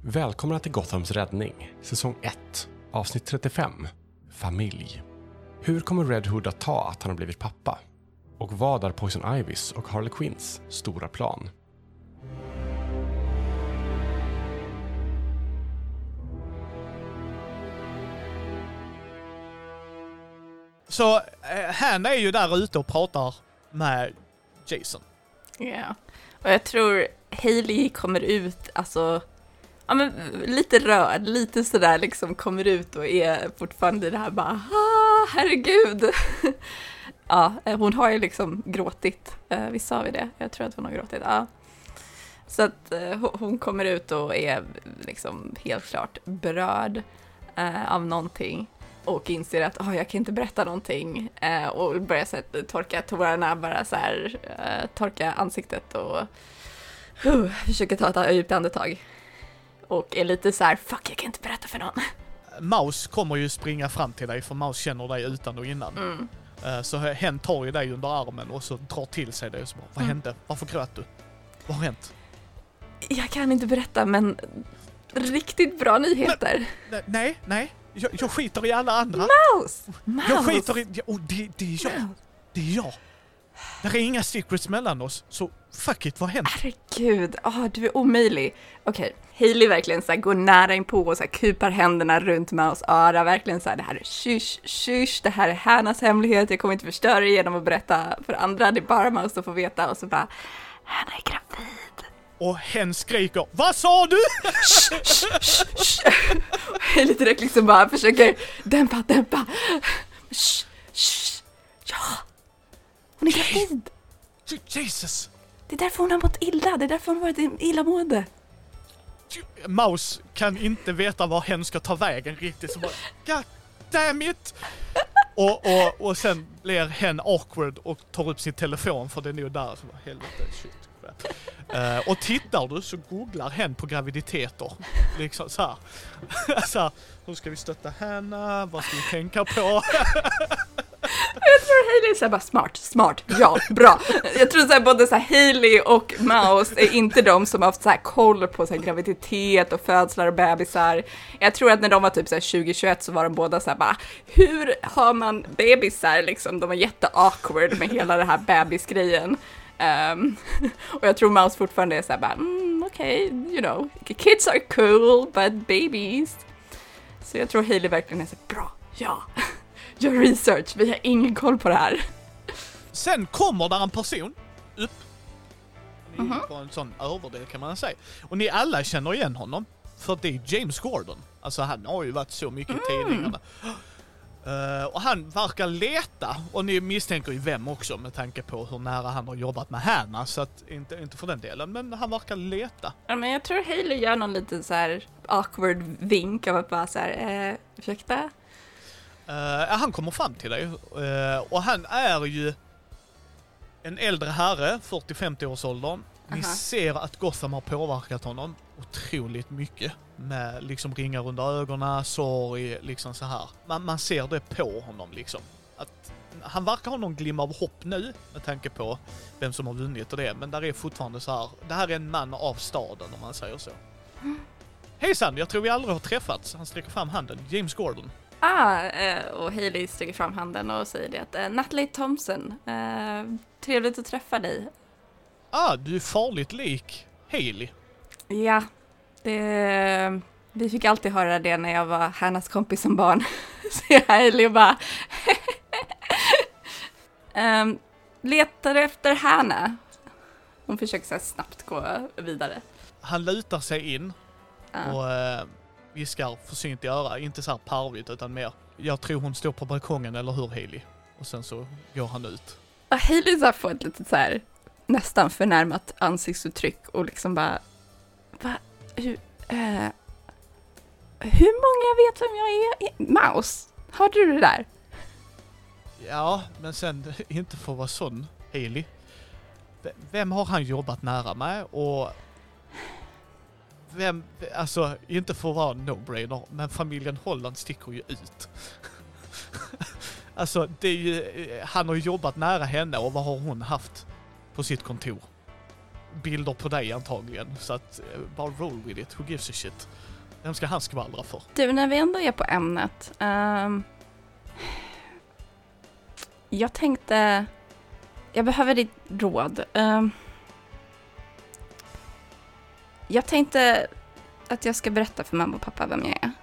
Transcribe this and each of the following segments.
Välkomna till Gothams räddning, säsong 1, avsnitt 35, familj. Hur kommer Red Hood att ta att han har blivit pappa? Och vad är Poison Ivys och Harley Quinns stora plan? Så han är ju där ute och pratar med Jason. Ja, och jag tror Hailey kommer ut, alltså, ja, men lite rörd, lite sådär liksom kommer ut och är fortfarande det här bara, herregud. Ja, hon har ju liksom gråtit, visst sa vi det? Jag tror att hon har gråtit, ja. Så att hon kommer ut och är liksom helt klart berörd av någonting. Och inser att jag kan inte berätta någonting. Och börjar så här, torka tårarna, bara så här, torka ansiktet och försöker ta ett djupt andetag. Och är lite så här, fuck, jag kan inte berätta för någon. Mouse kommer ju springa fram till dig, för Mouse känner dig utan och innan. Så hen tar ju dig under armen och så drar till sig dig och så bara, vad hände? Varför grät du? Vad har hänt? Jag kan inte berätta, men riktigt bra nyheter. Nej. Jag skiter i alla andra. Mouse! Jag skiter i... Det är jag. Det är jag. Det är inga secrets mellan oss. Så fuck it, vad har hänt? Herregud, du är omöjlig. Okej, Hailey verkligen så här, går nära in på och så här, kupar händerna runt Mouse öra. Verkligen så här, det här är shush, det här är Hannas hemlighet. Jag kommer inte förstöra det genom att berätta för andra. Det är bara Mouse som får veta. Och så bara, Hanna är gravid. Och hen skriker, vad sa du? Hailey direkt liksom bara försöker dämpa. Ja, hon är gravid. Jesus. Det är därför hon har mått illa. Det är därför hon har varit illamående. Mouse kan inte veta var hen ska ta vägen riktigt. Så bara, god damn it. Och sen blir hen awkward och tar upp sin telefon, för den är ju där. Så bara, helvete, shit. Och tittar du så googlar hen på graviditeter. Liksom så här. Så, hur ska vi stötta henne? Vad ska vi tänka på? Jag tror Hailey är så här bara smart, ja, bra. Jag tror så här, både så här, Hailey och Mouse är inte de som har haft så här koll på så här, graviditet och födslar och bebisar. Jag tror att när de var typ så här 2021 så var de båda så här bara, hur har man bebisar liksom? De var jätte-awkward med hela det här bebisgrejen. Och jag tror Mouse fortfarande är så här bara, okej, you know, kids are cool, but babies. Så jag tror Hailey verkligen är så bra, ja. Gör research, vi har ingen koll på det här. Sen kommer där en person upp. På en sån överdel kan man säga. Och ni alla känner igen honom. För det är James Gordon. Alltså han har ju varit så mycket i tidningarna. Och han verkar leta. Och ni misstänker ju vem också, med tanke på hur nära han har jobbat med Hanna. Så att, inte för den delen, men han verkar leta. Ja, men jag tror Hailey gör någon liten så här awkward vink av att bara så här, ursäkta? Han kommer fram till dig. Och han är ju en äldre herre, 40-50 års åldern. Ni ser att Gotham har påverkat honom otroligt mycket. Med liksom ringar under ögonen, sorg, liksom så här. Man ser det på honom liksom. Att han verkar ha någon glimma av hopp nu, med tanke på vem som har vunnit och det. Men där är fortfarande så här, det här är en man av staden, om man säger så. Hejsan, jag tror vi aldrig har träffats. Han sträcker fram handen. James Gordon. Och Hailey sträcker fram handen och säger det att Natalie Thompson, trevligt att träffa dig. Du är farligt lik Hailey. Ja, vi fick alltid höra det när jag var Hannas kompis som barn. Så jag Hailey och bara letar efter Hanna. Hon försöker så här snabbt gå vidare. Han lutar sig in och viskar försynt i öra, inte så här parvigt utan mer. Jag tror hon står på balkongen, eller hur Hailey? Och sen så går han ut. Hailey så får ett litet så här nästan förnärmat ansiktsuttryck och liksom bara, hur många vet vem jag är? Mouse, hörde du det där? Ja, men sen inte för att vara sån, Hailey. Vem har han jobbat nära med? Och vem, alltså inte för att vara no-brainer, men familjen Holland sticker ju ut. Alltså det är ju, han har jobbat nära henne, och vad har hon haft på sitt kontor? bilder på dig antagligen. Så att bara roll with it. Who gives a shit? Vem ska han skvallra för? Du, när vi ändå är på ämnet. Jag tänkte... Jag behöver ditt råd. Jag tänkte att jag ska berätta för mamma och pappa vem jag är.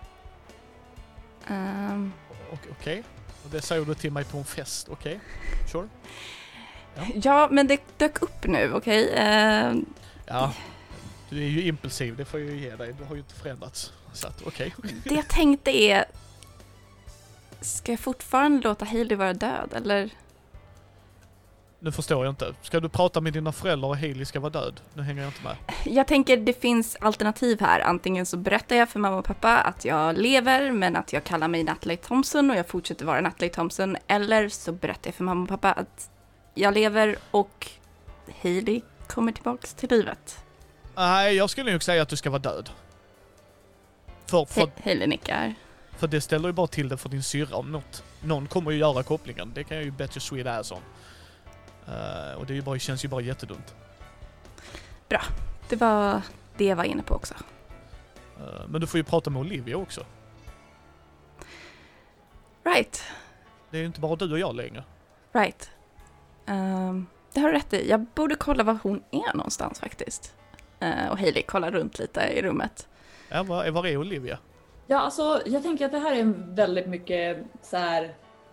Okej. Och det säger du till mig på en fest. Okej. Sure. Ja, men det dök upp nu, okej? Ja. Du är ju impulsiv, det får jag ju ge dig. Du har ju inte förändrats. Så att, okej. Det jag tänkte är... Ska jag fortfarande låta Hailey vara död, eller? Nu förstår jag inte. Ska du prata med dina föräldrar och Hailey ska vara död? Nu hänger jag inte med. Jag tänker det finns alternativ här. Antingen så berättar jag för mamma och pappa att jag lever, men att jag kallar mig Natalie Thompson och jag fortsätter vara Natalie Thompson. Eller så berättar jag för mamma och pappa att jag lever och Hailey kommer tillbaks till livet. Nej, jag skulle nog säga att du ska vara död. För Hailey nickar. För det ställer ju bara till det för din syrra om något. Någon kommer ju göra kopplingen. Det kan jag ju bet your sweet ass on. Och det är ju bara, känns ju bara jättedumt. Bra. Det var det jag var inne på också. Men du får ju prata med Olivia också. Right. Det är ju inte bara du och jag längre. Right. Det har du rätt i. Jag borde kolla var hon är någonstans faktiskt. Och Hailey kollar runt lite i rummet. Ja, var är Olivia? Ja, alltså jag tänker att det här är en väldigt mycket så här.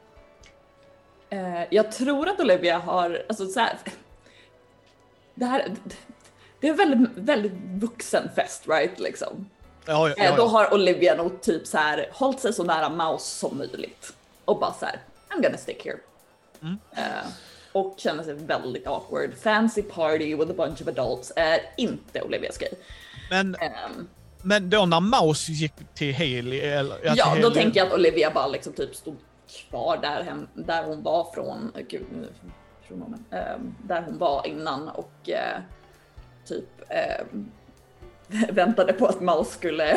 Jag tror att Olivia har, alltså så här. Det är en väldigt, väldigt vuxen fest, right, liksom. Ja. Då har Olivia nog typ så här hållit sig så nära Mouse som möjligt. Och bara så här, I'm gonna stick here. Och känner sig väldigt awkward. Fancy party with a bunch of adults är inte Olivias grej. Men då när Mouse gick till Hailey... Eller, ja, då tänker jag att Olivia bara liksom typ stod kvar där hon var från... Gud, där hon var innan och typ väntade på att Mouse skulle...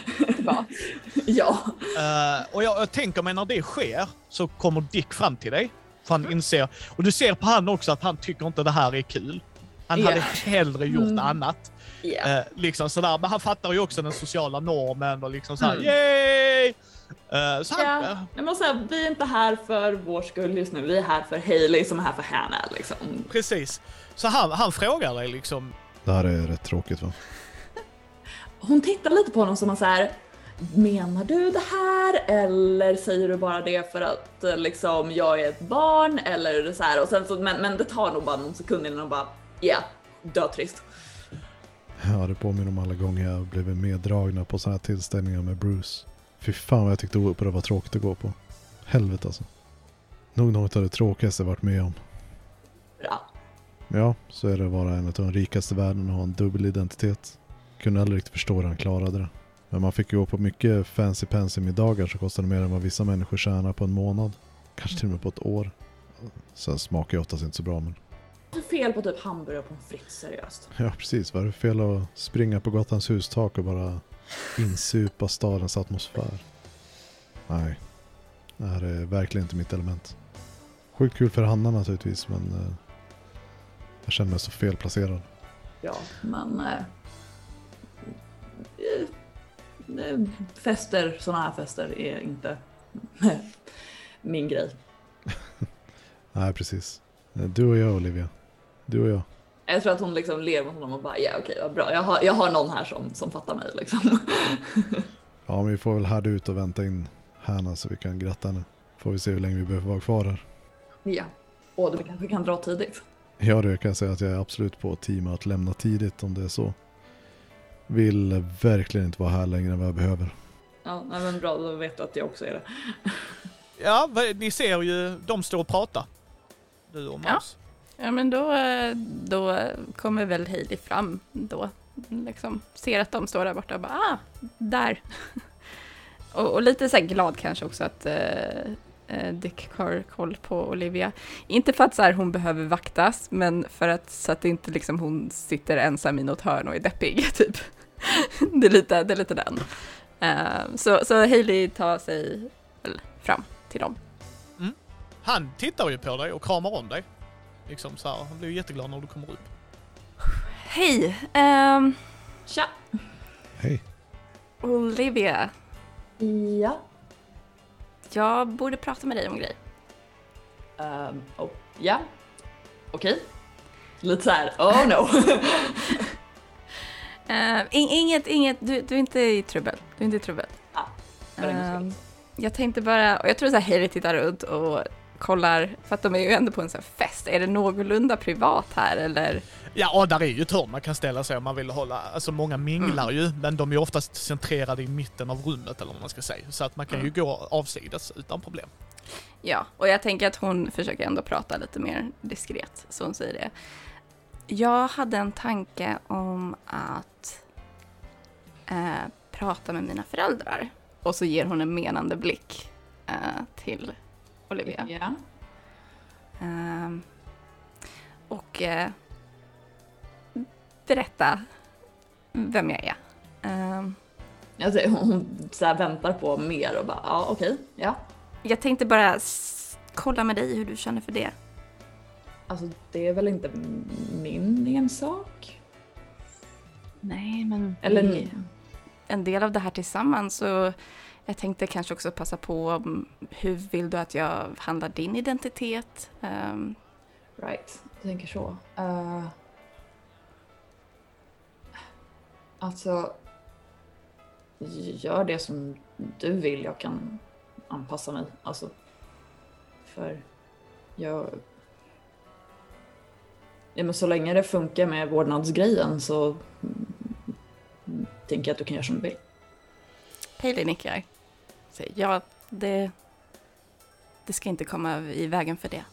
Ja. Och jag tänker mig när det sker så kommer Dick fram till dig. För han inser... Och du ser på han också att han tycker inte det här är kul. Han hade hellre gjort annat. Yeah. Liksom sådär, men han fattar ju också den sociala normen och liksom såhär, yay! Så han, jag måste säga, vi är inte här för vår skull just nu, vi är här för Hailey som är här för Hannah liksom. Precis. Så han frågar dig liksom. Det här är rätt tråkigt, va? Hon tittar lite på honom som så här: menar du det här eller säger du bara det för att liksom jag är ett barn eller så här, och sen så, men det tar nog bara någon sekund innan och bara dötrist. Ja, det påminner om alla gånger jag blev meddragna på såna här tillställningar med Bruce. Fy fan vad jag tyckte det var tråkigt att gå på. Helvete alltså. Nog något av det tråkigaste jag varit med om. Ja. Ja, så är det att vara en av de rikaste i världen och ha en dubbel identitet. Kunde aldrig riktigt förstå hur han klarade det. Men man fick ju gå på mycket fancy middagar som kostade mer än vad vissa människor tjänar på en månad. Kanske till och med på ett år. Sen smakar ju oftast inte så bra, men... Det är fel på typ hamburgare på en fritt, seriöst. Ja, precis. Var det fel att springa på Gotlands hustak och bara insupa stadens atmosfär? Nej. Det här är verkligen inte mitt element. Sjukt kul för Hanna naturligtvis, men jag känner mig så felplacerad. Ja, men såna här fester är inte min grej. Nej, precis. Du och jag, Olivia. Du och jag. Jag tror att hon liksom ler mot honom och bara, okej, vad bra. Jag har någon här som fattar mig liksom. Ja, men vi får väl härda ut och vänta in Hannah så vi kan gratta henne. Får vi se hur länge vi behöver vara kvar här. Ja, och du kanske kan dra tidigt. Ja, det kan jag säga att jag är absolut på team att lämna tidigt om det är så. Vill verkligen inte vara här längre än vad jag behöver. Ja, men bra, då vet du att jag också är det. Ja, ni ser ju, de står och pratar. Du och Mouse. Ja, men då kommer väl Hailey fram då. Liksom ser att de står där borta och bara, där. och lite så här glad kanske också att Dick har koll på Olivia. Inte för att så här, hon behöver vaktas, men för att så att inte liksom hon sitter ensam i något hörn och är deppig typ. det är lite den. Så Hailey tar sig fram till dem. Han tittar ju på dig och kramar om dig. Liksom så här, han blir ju jätteglad när du kommer upp. Hej! Tja! Hej. Olivia, Ja. jag borde prata med dig om en grej. Ja. Okej. Lite så här, oh no. Inget, du är inte i trubbel. Du är inte i trubbel. Jag tänkte bara, och jag tror så här Hailey tittar runt och kollar, för att de är ju ändå på en sån här fest. Är det någorlunda privat här eller? Ja, där är ju ett hörn man kan ställa sig om man vill hålla, alltså många minglar ju, men de är ju oftast centrerade i mitten av rummet eller vad man ska säga. Så att man kan ju gå avsides utan problem. Ja, och jag tänker att hon försöker ändå prata lite mer diskret, så hon säger det. Jag hade en tanke om att prata med mina föräldrar. Och så ger hon en menande blick till Olivia. Ja. Och berätta vem jag är. Alltså, hon så här väntar på mer och bara, ja okej, ja. Jag tänkte bara kolla med dig hur du känner för det. Alltså det är väl inte min ensak? Nej, men Eller en del av det här tillsammans, så jag tänkte kanske också passa på, hur vill du att jag handlar din identitet? right, jag tänker så. Alltså, gör det som du vill, jag kan anpassa mig. Alltså, för jag... Ja, men så länge det funkar med vårdnadsgrejen så tänker jag att du kan göra som du vill. Hailey nickar. Säger, ja, det ska inte komma i vägen för det.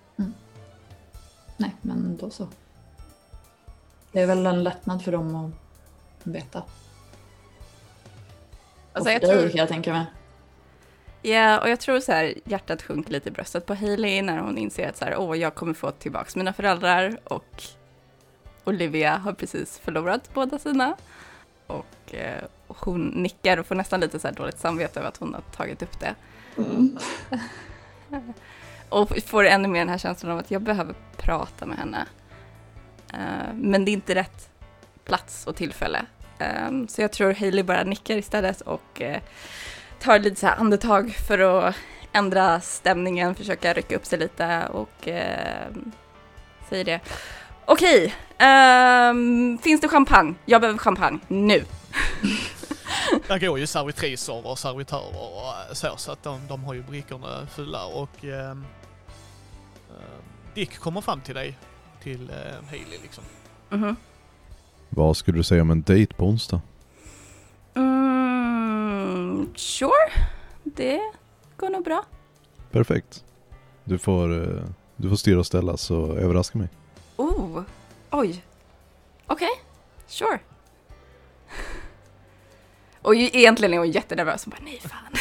Nej, men då så. Det är väl en lättnad för dem att veta. Alltså, och för dig kan jag tänka mig. Ja, och jag tror så här, hjärtat sjunker lite i bröstet på Hailey när hon inser att så här, jag kommer få tillbaka mina föräldrar, och Olivia har precis förlorat båda sina. Och hon nickar och får nästan lite så här dåligt samvete över att hon har tagit upp det. Och får ännu mer den här känslan av att jag behöver prata med henne. Men det är inte rätt plats och tillfälle. Så jag tror Hailey bara nickar istället och tar lite så här andetag för att ändra stämningen, försöka rycka upp sig lite och säger det. Okej, finns det champagne? Jag behöver champagne nu. Där går ju servitriser och servitörer och så att de har ju brickorna fulla, och Dick kommer fram till dig, till Hailey liksom. Mhm. Vad skulle du säga om en dejt på onsdag? Sure, det går nog bra. Perfekt. Du får styra och ställa, så överraska mig. Oj. Okej, sure. Och egentligen är hon jättenervös. Hon bara, nej fan.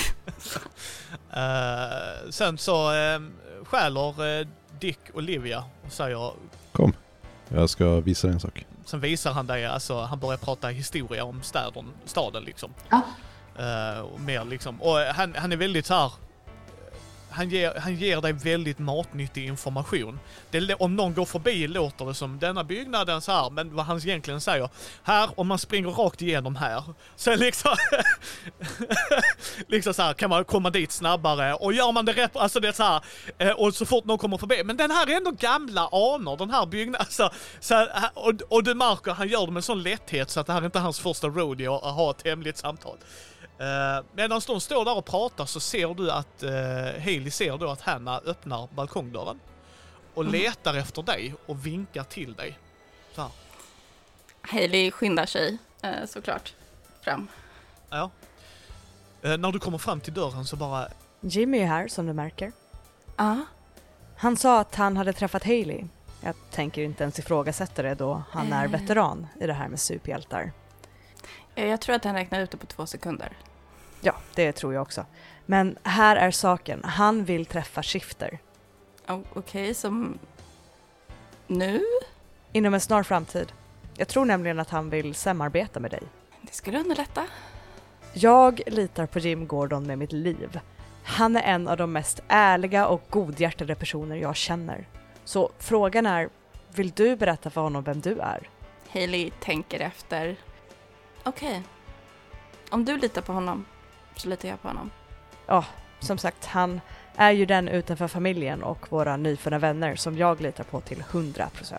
Sen så skäller Dick Olivia och säger... Kom, jag ska visa dig en sak. Sen visar han dig, alltså han börjar prata historia om staden liksom. Ja. Och mer liksom. Och han är väldigt så här. Han ger dig väldigt matnyttig information. Om någon går förbi låter det som denna byggnaden så här, men vad han egentligen säger, här, om man springer rakt igenom här, så liksom liksom så här, kan man komma dit snabbare, och gör man det rätt, alltså det är så här, och så fort någon kommer förbi, men den här är ändå gamla anor, den här byggnaden, alltså, så här, och du märker, han gör det med sån lätthet så att det här är inte hans första rodeo att ha ett hemligt samtal. Medan de står där och pratar så ser du att Hailey ser då att Hanna öppnar balkongdörren och letar efter dig och vinkar till dig. Så här. Hailey skyndar sig såklart fram. Ja. När du kommer fram till dörren så bara... Jimmy är här, som du märker. Ja. Han sa att han hade träffat Hailey. Jag tänker inte ens ifrågasätta det då han är veteran i det här med superhjältar. Jag tror att han räknar ut det på 2 sekunder. Ja, det tror jag också. Men här är saken. Han vill träffa Shifter. Okej, som nu? Inom en snar framtid. Jag tror nämligen att han vill samarbeta med dig. Det skulle underlätta. Jag litar på Jim Gordon med mitt liv. Han är en av de mest ärliga och godhjärtade personer jag känner. Så frågan är, vill du berätta för honom vem du är? Hailey tänker efter. Okej. Om du litar på honom så litar jag på honom. Ja, som sagt, han är ju den utanför familjen och våra nyfunna vänner som jag litar på till 100%.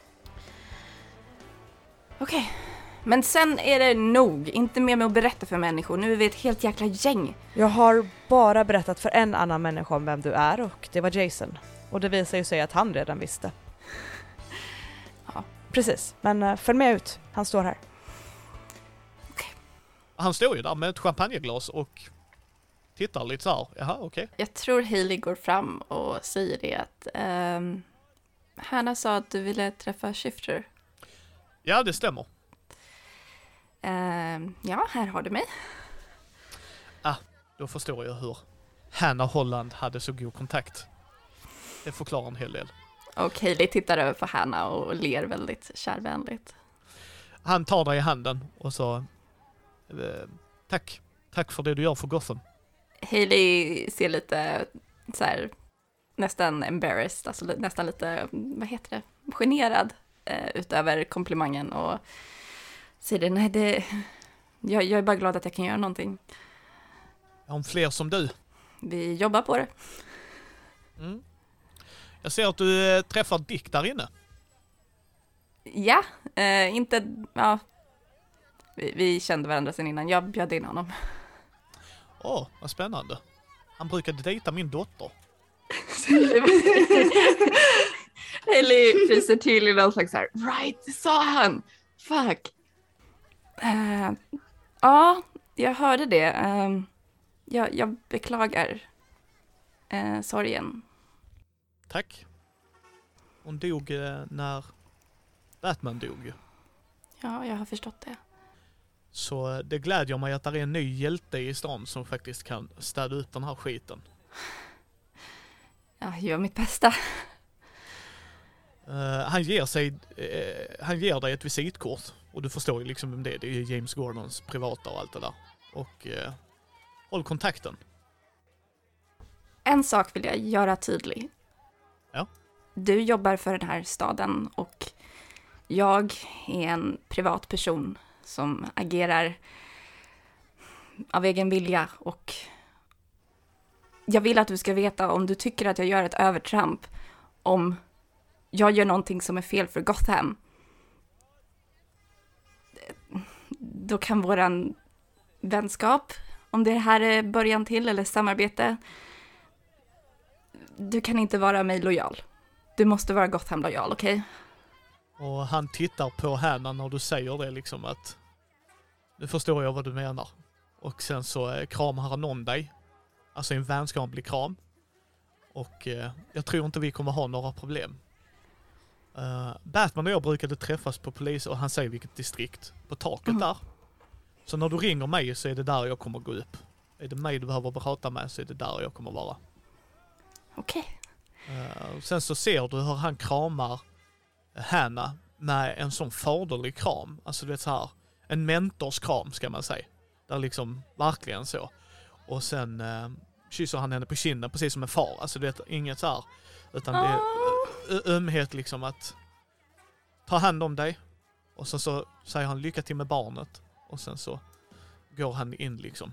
Okej. Men sen är det nog. Inte mer med att berätta för människor. Nu är vi ett helt jäkla gäng. Jag har bara berättat för en annan människa om vem du är och det var Jason. Och det visar ju sig att han redan visste. Ja. Precis, men följ med ut. Han står här. Han står ju där med ett champagneglas och tittar lite så här. Jaha, okej. Jag tror Hailey går fram och säger det att Hanna sa att du ville träffa Shifter. Ja, det stämmer. Ja, här har du mig. Då förstår jag hur Hanna Holland hade så god kontakt. Det förklarar en hel del. Och Hailey tittar över på Hanna och ler väldigt kärvänligt. Han tar dig i handen och så... Tack för det du gör för Gotham. Hailey ser lite så här, nästan embarrassed, alltså nästan lite, vad heter det, generad utöver komplimangen och säger nej, jag är bara glad att jag kan göra någonting. Om fler som du. Vi jobbar på det. Mm. Jag ser att du träffar Dick där inne. Ja, inte, ja, vi kände varandra sedan innan, jag bjöd in honom. Vad spännande. Han brukade dejta min dotter. Hailey fryser till i någon slags så här, right, det sa han. Fuck. Ja, jag hörde det. Jag beklagar sorgen. Tack. Hon dog när Batman dog. Ja, jag har förstått det. Så det glädjer mig att det är en ny hjälte i stan som faktiskt kan städa upp den här skiten. Ja, jag gör mitt bästa. Han ger dig ett visitkort. Och du förstår ju liksom vem det är. Det är ju James Gordons privata och allt det där. Och håll kontakten. En sak vill jag göra tydlig. Ja. Du jobbar för den här staden och jag är en privatperson som agerar av egen vilja och jag vill att du ska veta om du tycker att jag gör ett övertramp, om jag gör någonting som är fel för Gotham, då kan våran vänskap, om det här är början till eller samarbete, du kan inte vara mig lojal. Du måste vara Gotham lojal, okej? Och han tittar på Hanna när du säger det liksom att nu förstår jag vad du menar. Och sen så kramar han om dig. Alltså en vänskaplig kram. Och jag tror inte vi kommer ha några problem. Batman och jag brukade träffas på polis och han säger vilket distrikt. På taket där. Så när du ringer mig så är det där jag kommer gå upp. Är det mig du behöver prata med så är det där jag kommer vara. Okej. Sen så ser du hur han kramar Hanna med en sån faderlig kram. Alltså det är så här, en mentors kram ska man säga. Där liksom verkligen så. Och sen kysser han henne på kinden precis som en far. Alltså det är inget så här, utan det är ömhet liksom att ta hand om dig. Och sen så säger han lycka till med barnet. Och sen så går han in liksom.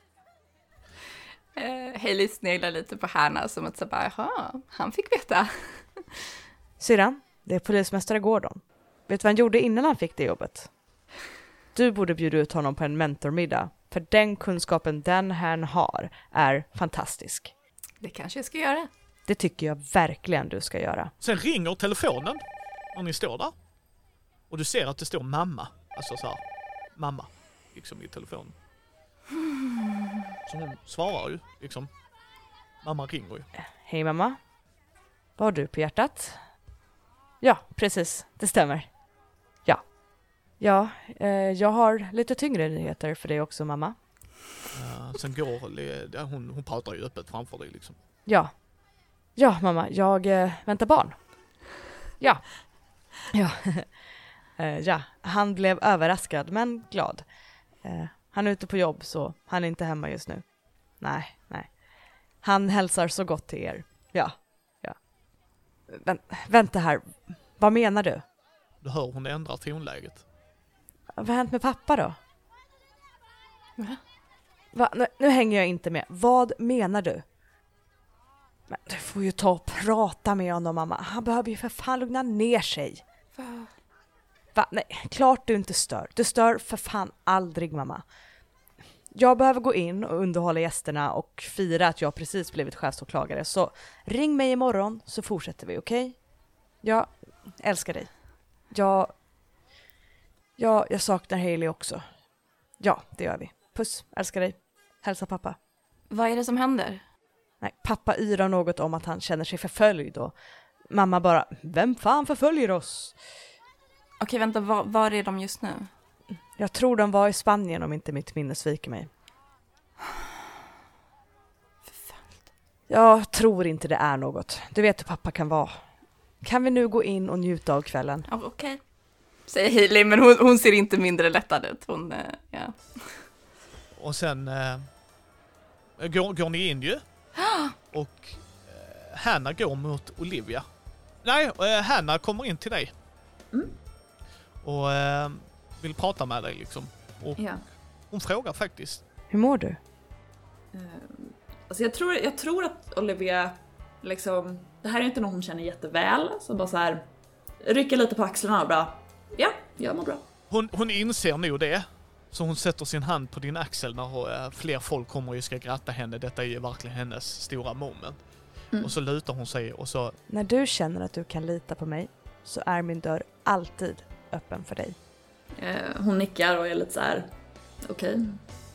Hailey sneglar lite på Hanna som att så bara, jaha, han fick veta. Syrran, det är polismästare Gordon. Vet du vad han gjorde innan han fick det jobbet? Du borde bjuda ut honom på en mentormiddag. För den kunskapen den han har är fantastisk. Det kanske jag ska göra. Det tycker jag verkligen du ska göra. Sen ringer telefonen när ni står där. Och du ser att det står mamma. Alltså så här, mamma. Liksom i telefonen. Så hon svarar ju liksom. Mamma ringer ju. Hej mamma. Vad har du på hjärtat? Ja, precis. Det stämmer. Ja, jag har lite tyngre nyheter för dig också mamma. Sen går hon pratar ju öppet framför dig liksom. Ja mamma, jag väntar barn. Ja, han blev överraskad men glad. Han är ute på jobb så han är inte hemma just nu. Nej. Han hälsar så gott till er. Ja. Vänta här, vad menar du? Du hör hon ändrar tonläget. Vad har hänt med pappa då? Va? Va? Nu hänger jag inte med. Vad menar du? Men du får ju ta och prata med honom, mamma. Han behöver ju för fan lugna ner sig. Va? Nej, klart du inte stör. Du stör för fan aldrig, mamma. Jag behöver gå in och underhålla gästerna och fira att jag precis blivit chefsåklagare. Så ring mig imorgon så fortsätter vi, okej? Jag älskar dig. Jag saknar Hailey också. Ja, det gör vi. Puss, älskar dig. Hälsa pappa. Vad är det som händer? Nej, pappa yrar något om att han känner sig förföljd och mamma bara, vem fan förföljer oss? Okej, vänta, var är de just nu? Jag tror de var i Spanien om inte mitt minne sviker mig. Förföljd. Jag tror inte det är något. Du vet hur pappa kan vara. Kan vi nu gå in och njuta av kvällen? Ja, okej. Säger Hailey, men hon ser inte mindre lättad ut. Hon, ja. Och sen går ni in ju. Och Hanna går mot Olivia. Nej, Hanna kommer in till dig. Och vill prata med dig liksom. Och hon frågar faktiskt. Hur mår du? Alltså jag tror att Olivia liksom, det här är inte någon hon känner jätteväl, så bara så här rycker lite på axlarna och bara, ja, jag mår bra. Hon inser nog det. Så hon sätter sin hand på din axel när fler folk kommer och ska gratta henne. Detta är ju verkligen hennes stora moment. Och så lutar hon sig och så... När du känner att du kan lita på mig så är min dörr alltid öppen för dig. Hon nickar och är lite så här, okej.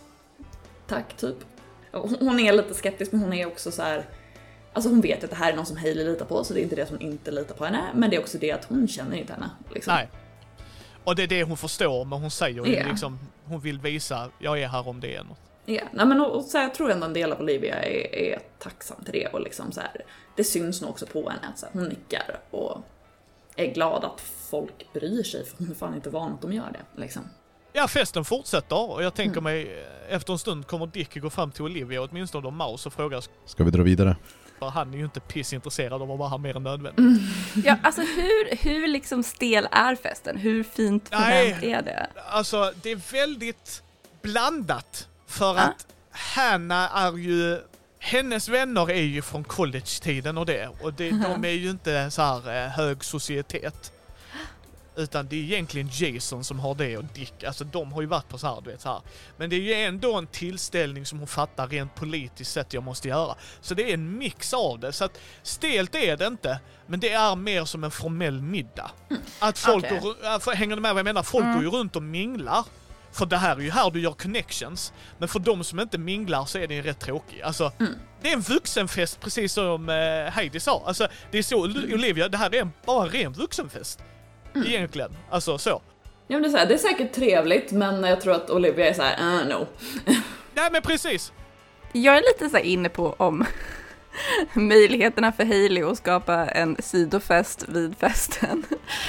Tack, typ. Hon är lite skeptisk, men hon är också så här, alltså hon vet att det här är någon som Hailey litar på, så det är inte det att hon inte litar på henne, men det är också det att hon känner inte henne. Liksom. Nej. Och det är det hon förstår, men hon säger ju liksom, hon vill visa, jag är här om det är något. Ja, nej, men och så här, jag tror ändå en del av Olivia är tacksam till det, och liksom så här, det syns nog också på henne att så här, hon nickar och är glad att folk bryr sig, för hon är fan inte van att de gör det, liksom. Ja, festen fortsätter och jag tänker mig, efter en stund kommer Dick gå fram till Olivia, åtminstone om Mouse, och frågar, ska vi dra vidare? Han är ju inte pissintresserad av att vara här mer än nödvändigt. Ja, alltså hur liksom stel är festen? Hur fint förvänt är det? Alltså, det är väldigt blandat. För att Hanna är ju... Hennes vänner är ju från college-tiden och det. Och de är ju inte så här hög societet. Utan det är egentligen Jason som har det och Dick. Alltså de har ju varit på så här, du vet så här. Men det är ju ändå en tillställning som hon fattar rent politiskt sett jag måste göra. Så det är en mix av det. Så att stelt är det inte. Men det är mer som en formell middag. Att folk hänger du med vad jag menar? Folk går ju runt och minglar. För det här är ju här du gör connections. Men för de som inte minglar så är det rätt tråkigt. Alltså, det är en vuxenfest precis som Heidi sa. Alltså, det är så, Olivia, det här är bara en ren vuxenfest. Egentligen, alltså så. Ja, men det är säkert trevligt, men jag tror att Olivia är så här, no. Nej, men precis. Jag är lite så här inne på om möjligheterna för Hailey att skapa en sidofest vid festen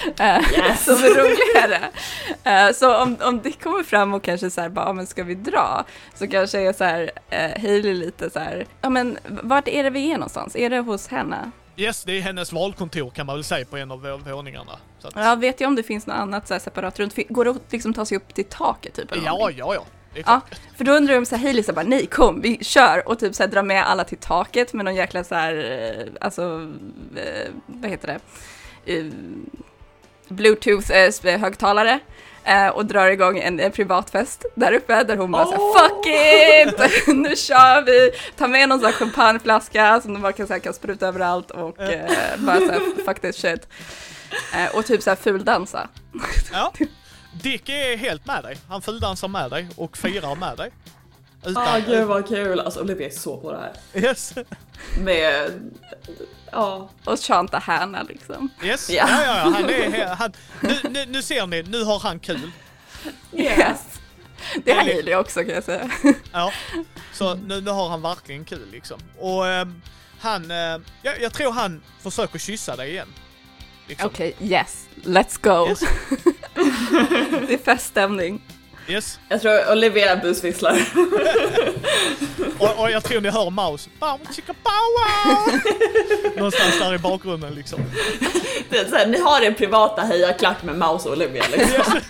som är roligare. Så om det kommer fram och kanske så här, bara, men ska vi dra? Så kanske är så här, Hailey lite så här, ja men vart är det vi är någonstans? Är det hos henne? Yes, det är hennes valkontor kan man väl säga på en av våningarna. Så att... Ja, vet jag om det finns något annat så här separat runt? Går det att liksom ta sig upp till taket typ? Eller ja. Ja, för då undrar jag om så här, Hailey så bara, nej kom, vi kör och typ så här, dra med alla till taket med någon jäkla så här, alltså, vad heter det? Bluetooth-högtalare och drar igång en privatfest där uppe där hon bara så här, fuck it! Nu kör vi! Ta med någon sån här champagneflaska som de bara kan spruta överallt och bara så här, fuck this shit. Och typ så här fuldansa. Ja. Dick är helt med dig. Han fuldansar med dig och firar med dig. Gud vad kul. Alltså Olivia är så på det här. Yes. Med... Och chanta Hanna liksom. Yes. Ja. Han nu ser ni, nu har han kul. Yes. Det har Hailey också kan jag säga. Ja. Så nu har han verkligen kul liksom. Och jag tror han försöker kyssa dig igen. Liksom. Okej, yes. Let's go. Yes. Det är feststämning. Yes. Jag tror Olivia busvisslar. Och jag tror ni hör Mouse. Bow, chicka, bow, wow. Någonstans där i bakgrunden liksom. Det är så här, ni har en privata hejaklack med Mouse och Olivia liksom.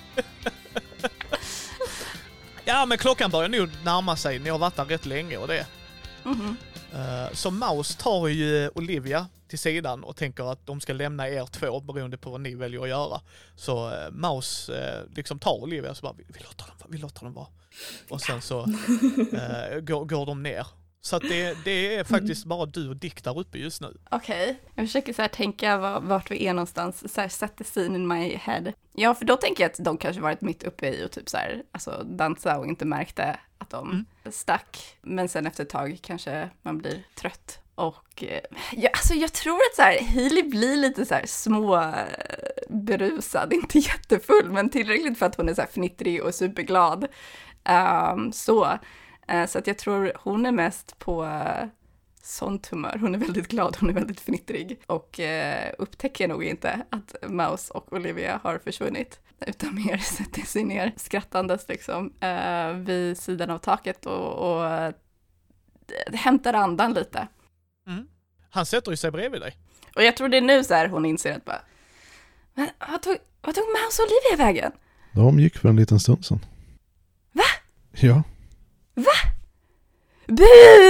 Ja, men klockan börjar nu närma sig. Ni har varit där rätt länge och det. Så Mouse tar ju Olivia till sidan och tänker att de ska lämna er två beroende på vad ni väljer att göra. Så Mouse liksom tar Olivia och så bara, vi låter dem vara. Och sen så går de ner. Så att det är faktiskt bara du och Dick där uppe just nu. Okej. Jag försöker så här tänka vart vi är någonstans, så här set the scene in my head. Ja, för då tänker jag att de kanske varit mitt uppe i och typ så här, alltså dansa och inte märkte att de stack. Men sen efter ett tag kanske man blir trött. Och jag tror att så här, Hailey blir lite så här små berusad, inte jättefull, men tillräckligt för att hon är så här fnittrig och superglad. Så att jag tror hon är mest på sånt humör. Hon är väldigt glad, hon är väldigt fnittrig och upptäcker nog inte att Mouse och Olivia har försvunnit, utan mer sätter sig ner skrattandes liksom vid sidan av taket och hämtar andan lite. Han sätter ju sig bredvid dig. Och jag tror det är nu så här hon inser att bara, men vad tog Mouse och Olivia vägen? De gick för en liten stund sedan. Va? Ja. Va? Bu!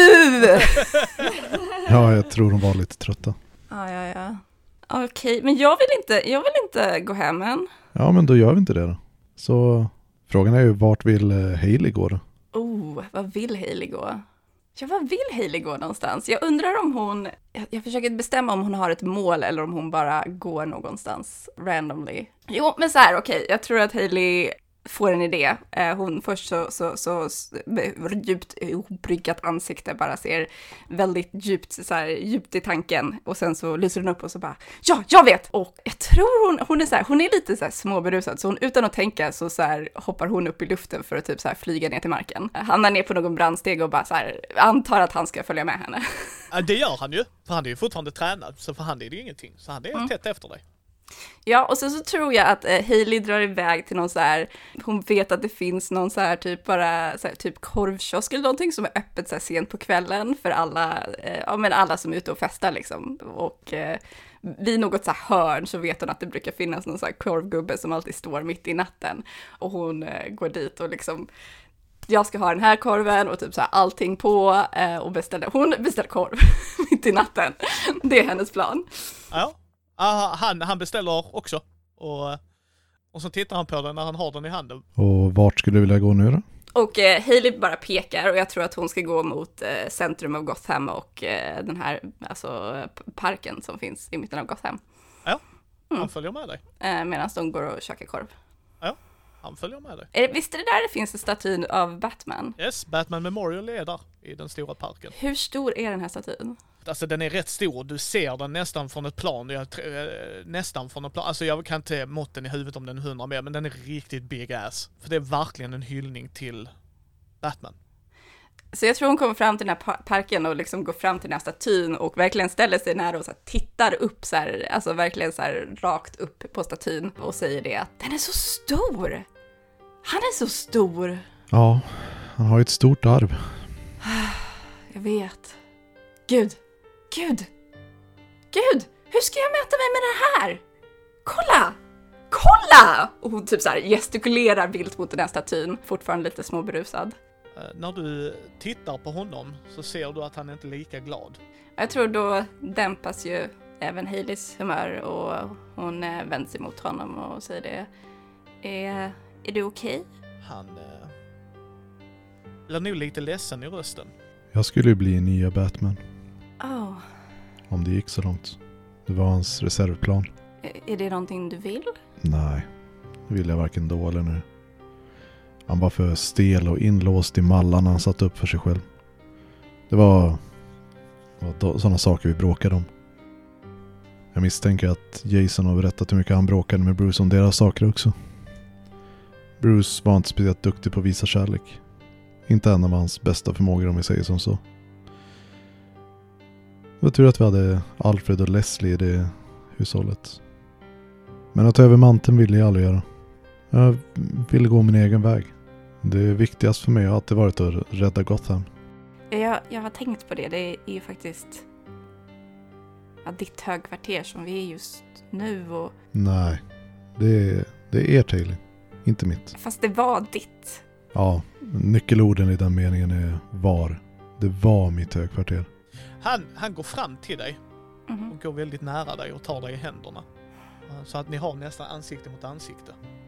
Ja, jag tror de var lite trötta. Ja. Okej, men jag vill inte gå hem än. Ja, men då gör vi inte det då. Så frågan är ju, vart vill Hailey gå då? Vad vill Hailey gå? Ja, vad vill Hailey gå någonstans? Jag undrar om hon... Jag försöker bestämma om hon har ett mål eller om hon bara går någonstans randomly. Jo, men så här, okej. Jag tror att Hailey får en idé. Hon först så djupt obryggat ansikte bara ser väldigt djupt i tanken. Och sen så lyser hon upp och så bara, ja, jag vet! Och jag tror hon är lite så här småberusad. Så hon, utan att tänka så här hoppar hon upp i luften för att typ så här flyga ner till marken. Han är ner på någon brandsteg och bara så här antar att han ska följa med henne. Ja, det gör han ju. För han är ju fortfarande tränad. Så för han är det ju ingenting. Så han är tätt efter dig. Ja, och sen så tror jag att Hailey drar iväg till någon så här, hon vet att det finns någon så här typ bara så här, typ korvkiosk eller någonting som är öppet så här sent på kvällen för alla, alla som är ute och festar liksom. Och vid något så här hörn så vet hon att det brukar finnas någon så här korvgubbe som alltid står mitt i natten. Och hon går dit och liksom, jag ska ha den här korven och typ så här allting på och hon beställer korv mitt i natten. Det är hennes plan. Ja. Han beställer också. Och så tittar han på den när han har den i handen. Och vart skulle du vilja gå nu då? Och Hailey bara pekar och jag tror att hon ska gå mot centrum av Gotham och den här parken som finns i mitten av Gotham. Ja, han följer med dig. Medan de går och käkar korv. Ja, han följer med dig. Visst är det där det finns en statyn av Batman? Yes, Batman Memorial är där i den stora parken. Hur stor är den här statyn? Alltså den är rätt stor, du ser den nästan från ett plan. Alltså jag kan inte måtten i huvudet om den är 100 mer, men den är riktigt big ass. För det är verkligen en hyllning till Batman. Så jag tror hon kommer fram till den här parken och liksom går fram till den här statyn och verkligen ställer sig nära och så här tittar upp så här, alltså verkligen så här rakt upp på statyn och säger det att den är så stor. Han är så stor. Ja, han har ju ett stort arv. Jag vet. Gud, hur ska jag möta mig med det här? Kolla! Och hon typ så här gestikulerar vilt mot den här statyn, fortfarande lite småberusad. När du tittar på honom så ser du att han inte är lika glad. Jag tror då dämpas ju även Haileys humör och hon vänder sig mot honom och säger det. Är du okej? Han blir nog lite ledsen i rösten. Jag skulle ju bli nya Batman. Oh. Om det gick så långt. Det var hans reservplan. Är det någonting du vill? Nej, det vill jag varken då eller nu. Han var för stel och inlåst i mallarna han satt upp för sig själv. Det var sådana saker vi bråkade om. Jag misstänker att Jason har berättat hur mycket han bråkade med Bruce om deras saker också. Bruce var inte speciellt duktig på att visa kärlek. Inte en av hans bästa förmågor om vi säger som så. Det var tur att vi hade Alfred och Leslie i det hushållet. Men att ta över manteln ville jag aldrig göra. Jag ville gå min egen väg. Det viktigaste för mig har alltid varit att rädda Gotham. Jag har tänkt på det. Det är ju faktiskt ditt högkvarter som vi är just nu. Och... Nej, det är ert Hailey. Inte mitt. Fast det var ditt. Ja, nyckelorden i den meningen är var. Det var mitt högkvarter. Han går fram till dig och går väldigt nära dig och tar dig i händerna. Så att ni har nästan ansikte mot ansikte.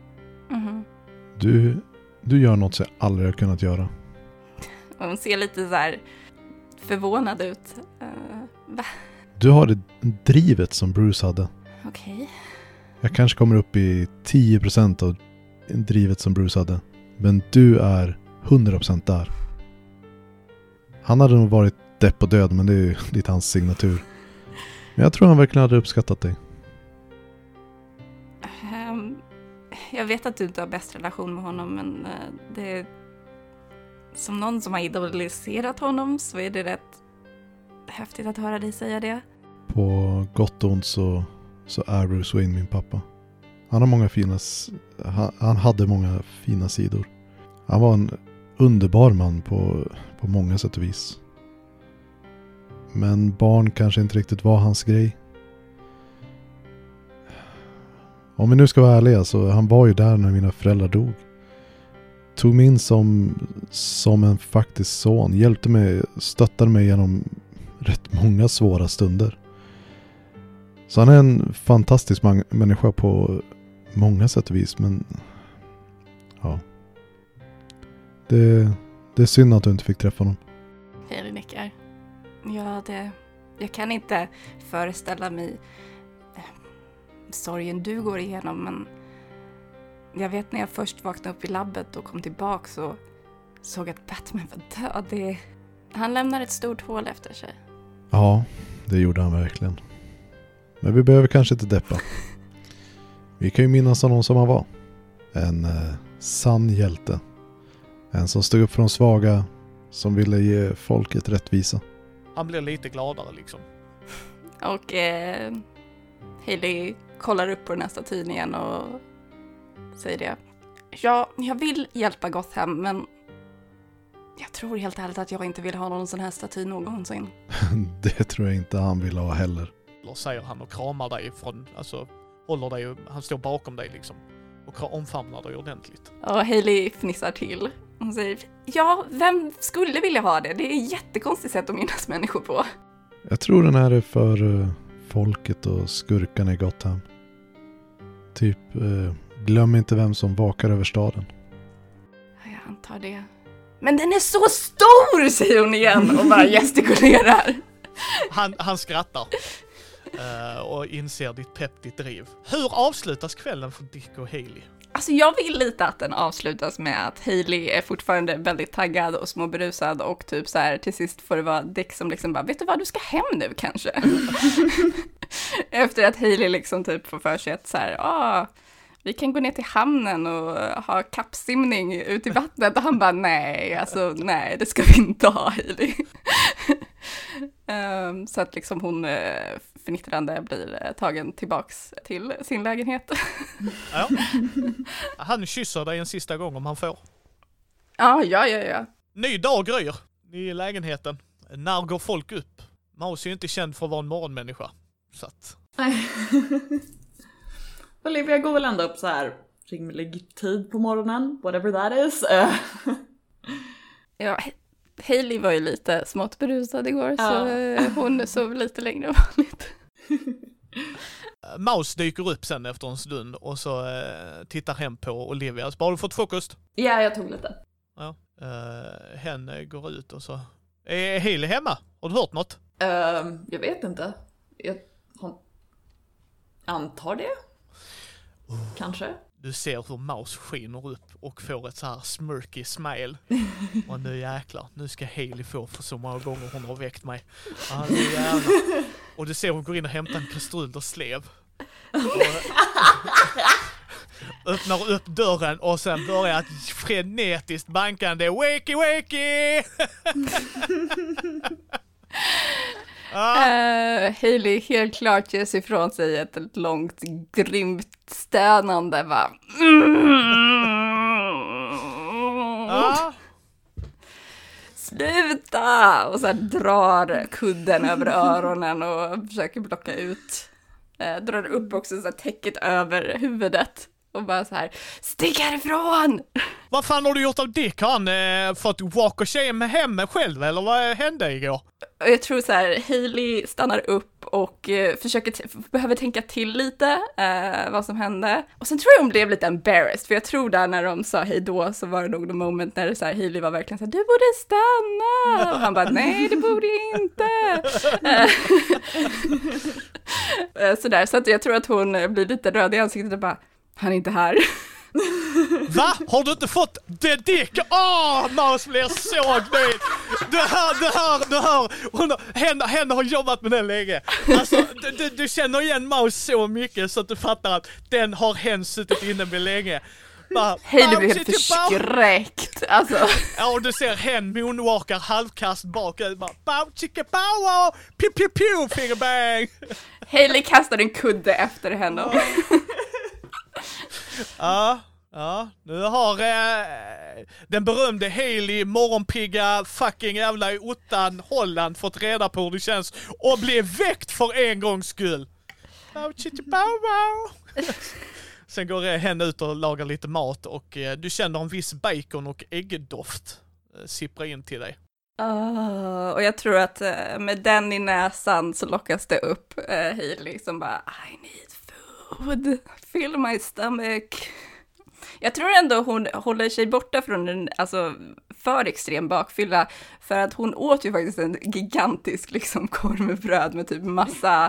Du gör något som jag aldrig har kunnat göra. Och hon ser lite så här förvånad ut. Va? Du har det drivet som Bruce hade. Okej. Jag kanske kommer upp i 10% av drivet som Bruce hade. Men du är 100% där. Han hade nog varit depp och död, men det är ju lite hans signatur. Men jag tror han verkligen hade uppskattat dig. Jag vet att du inte har bäst relation med honom, men det som någon som har idoliserat honom så är det rätt häftigt att höra dig säga det. På gott och ont så är Bruce Wayne min pappa. Han hade många fina sidor. Han var en underbar man på många sätt och vis. Men barn kanske inte riktigt var hans grej. Om vi nu ska vara ärliga så han var ju där när mina föräldrar dog. Tog mig in som en faktisk son. Hjälpte mig, stöttade mig genom rätt många svåra stunder. Så han är en fantastisk människa på många sätt och vis. Men ja. Det är synd att du inte fick träffa honom. Hailey nickar. Ja, jag kan inte föreställa mig sorgen du går igenom, men jag vet när jag först vaknade upp i labbet och kom tillbaka och såg att Batman var död. Han lämnar ett stort hål efter sig. Ja, det gjorde han verkligen. Men vi behöver kanske inte deppa. Vi kan ju minnas honom som han var. En sann hjälte. En som stod upp för de svaga, som ville ge folket rättvisa. Han blir lite gladare liksom. Och Hailey kollar upp på den här statyn igen och säger det. Ja, jag vill hjälpa Gotham, men jag tror helt ärligt att jag inte vill ha någon sån här staty någonsin. Det tror jag inte han vill ha heller. Säger han och kramar dig håller dig, han står bakom dig liksom. Och omfamnar dig ordentligt. Och Hailey fnissar till. Hon säger, ja, vem skulle vilja ha det? Det är ett jättekonstigt sätt att minnas människor på. Jag tror den här är för folket och skurkarna i Gotham. Typ, glöm inte vem som vakar över staden. Jag antar det. Men den är så stor, säger hon igen och bara gestikulerar. Han skrattar. Och inser ditt driv. Hur avslutas kvällen för Dick och Hailey? Alltså jag vill lite att den avslutas med att Hailey är fortfarande väldigt taggad och småberusad och typ så här till sist får det vara Dick som liksom bara, vet du vad, du ska hem nu kanske. Efter att Hailey liksom typ får för sig att så här, vi kan gå ner till hamnen och ha kappsimning ut i vattnet. Och han bara, nej, det ska vi inte ha, Hailey. Så att liksom hon förnittrande blir tagen tillbaks till sin lägenhet. Ja. Han kysser dig en sista gång om han får. Ja. Ny dag gryr i lägenheten. När går folk upp? Mouse är ju inte känd för att vara en morgonmänniska. Så att... Olivia går väl ändå upp så här rimlig tid på morgonen, whatever that is. Ja, Hailey var ju lite smått berusad igår, så hon sov lite längre än vanligt. Mouse dyker upp sen efter en stund och så tittar hem på Olivia. Har du fått frukost? Ja, jag tog lite. Ja. Hen går ut och så... Är Hailey hemma? Har du hört något? Jag vet inte. Jag antar det. Kanske. Du ser hur Mouse skiner upp och får ett så här smirky smile. Och nu jäklar, nu ska Hailey få för så många gånger hon har väckt mig. Nu jävlar. Och du ser hon går in och hämtar en kastrull och slev. Och öppnar upp dörren och sen börjar ett frenetiskt bankande wakey wakey! Hailey helt klart ger sig ifrån sig ett långt grymt stönande va. sluta! Och så här drar kudden över öronen och försöker blocka ut. Drar upp också så här täcket över huvudet. Och bara så här, stick härifrån! Vad fan har du gjort av Dick? Har han fått walk of shame hem själv, eller vad hände igår? Och jag tror så här, Hailey stannar upp och behöver tänka till lite vad som hände. Och sen tror jag hon blev lite embarrassed, för jag tror där när de sa hej då så var det nog the moment när det så här, Hailey var verkligen så här, du borde stanna! Och han bara, nej det borde jag inte! Sådär, så att jag tror att hon blir lite röd i ansiktet och bara, han är inte här. Va? Har du inte fått det Dick? Mouse blir så nöjd. Det här. Henne har jobbat med den länge. Alltså, du känner igen Mouse så mycket så att du fattar att den har hen suttit inne med länge. Hailey blir helt förskräckt. Alltså. Ja, och du ser hen moonwalkar halvkast bakåt. Bara, bow, chicka, bow, pew, pew, pew, fingerbang. Hailey kastar en kudde efter henne. Ja, nu har den berömde Hailey, morgonpigga, fucking jävla i ottan Holland fått reda på hur det känns och blev väckt för en gångs skull. Sen går hen ut och lagar lite mat och du känner en viss bacon och äggdoft sippra in till dig. Och jag tror att med den i näsan så lockas det upp Hailey som bara, I need food, fill my stomach. Jag tror ändå hon håller sig borta från en för extrem bakfylla, för att hon åt ju faktiskt en gigantisk liksom korv med bröd med typ massa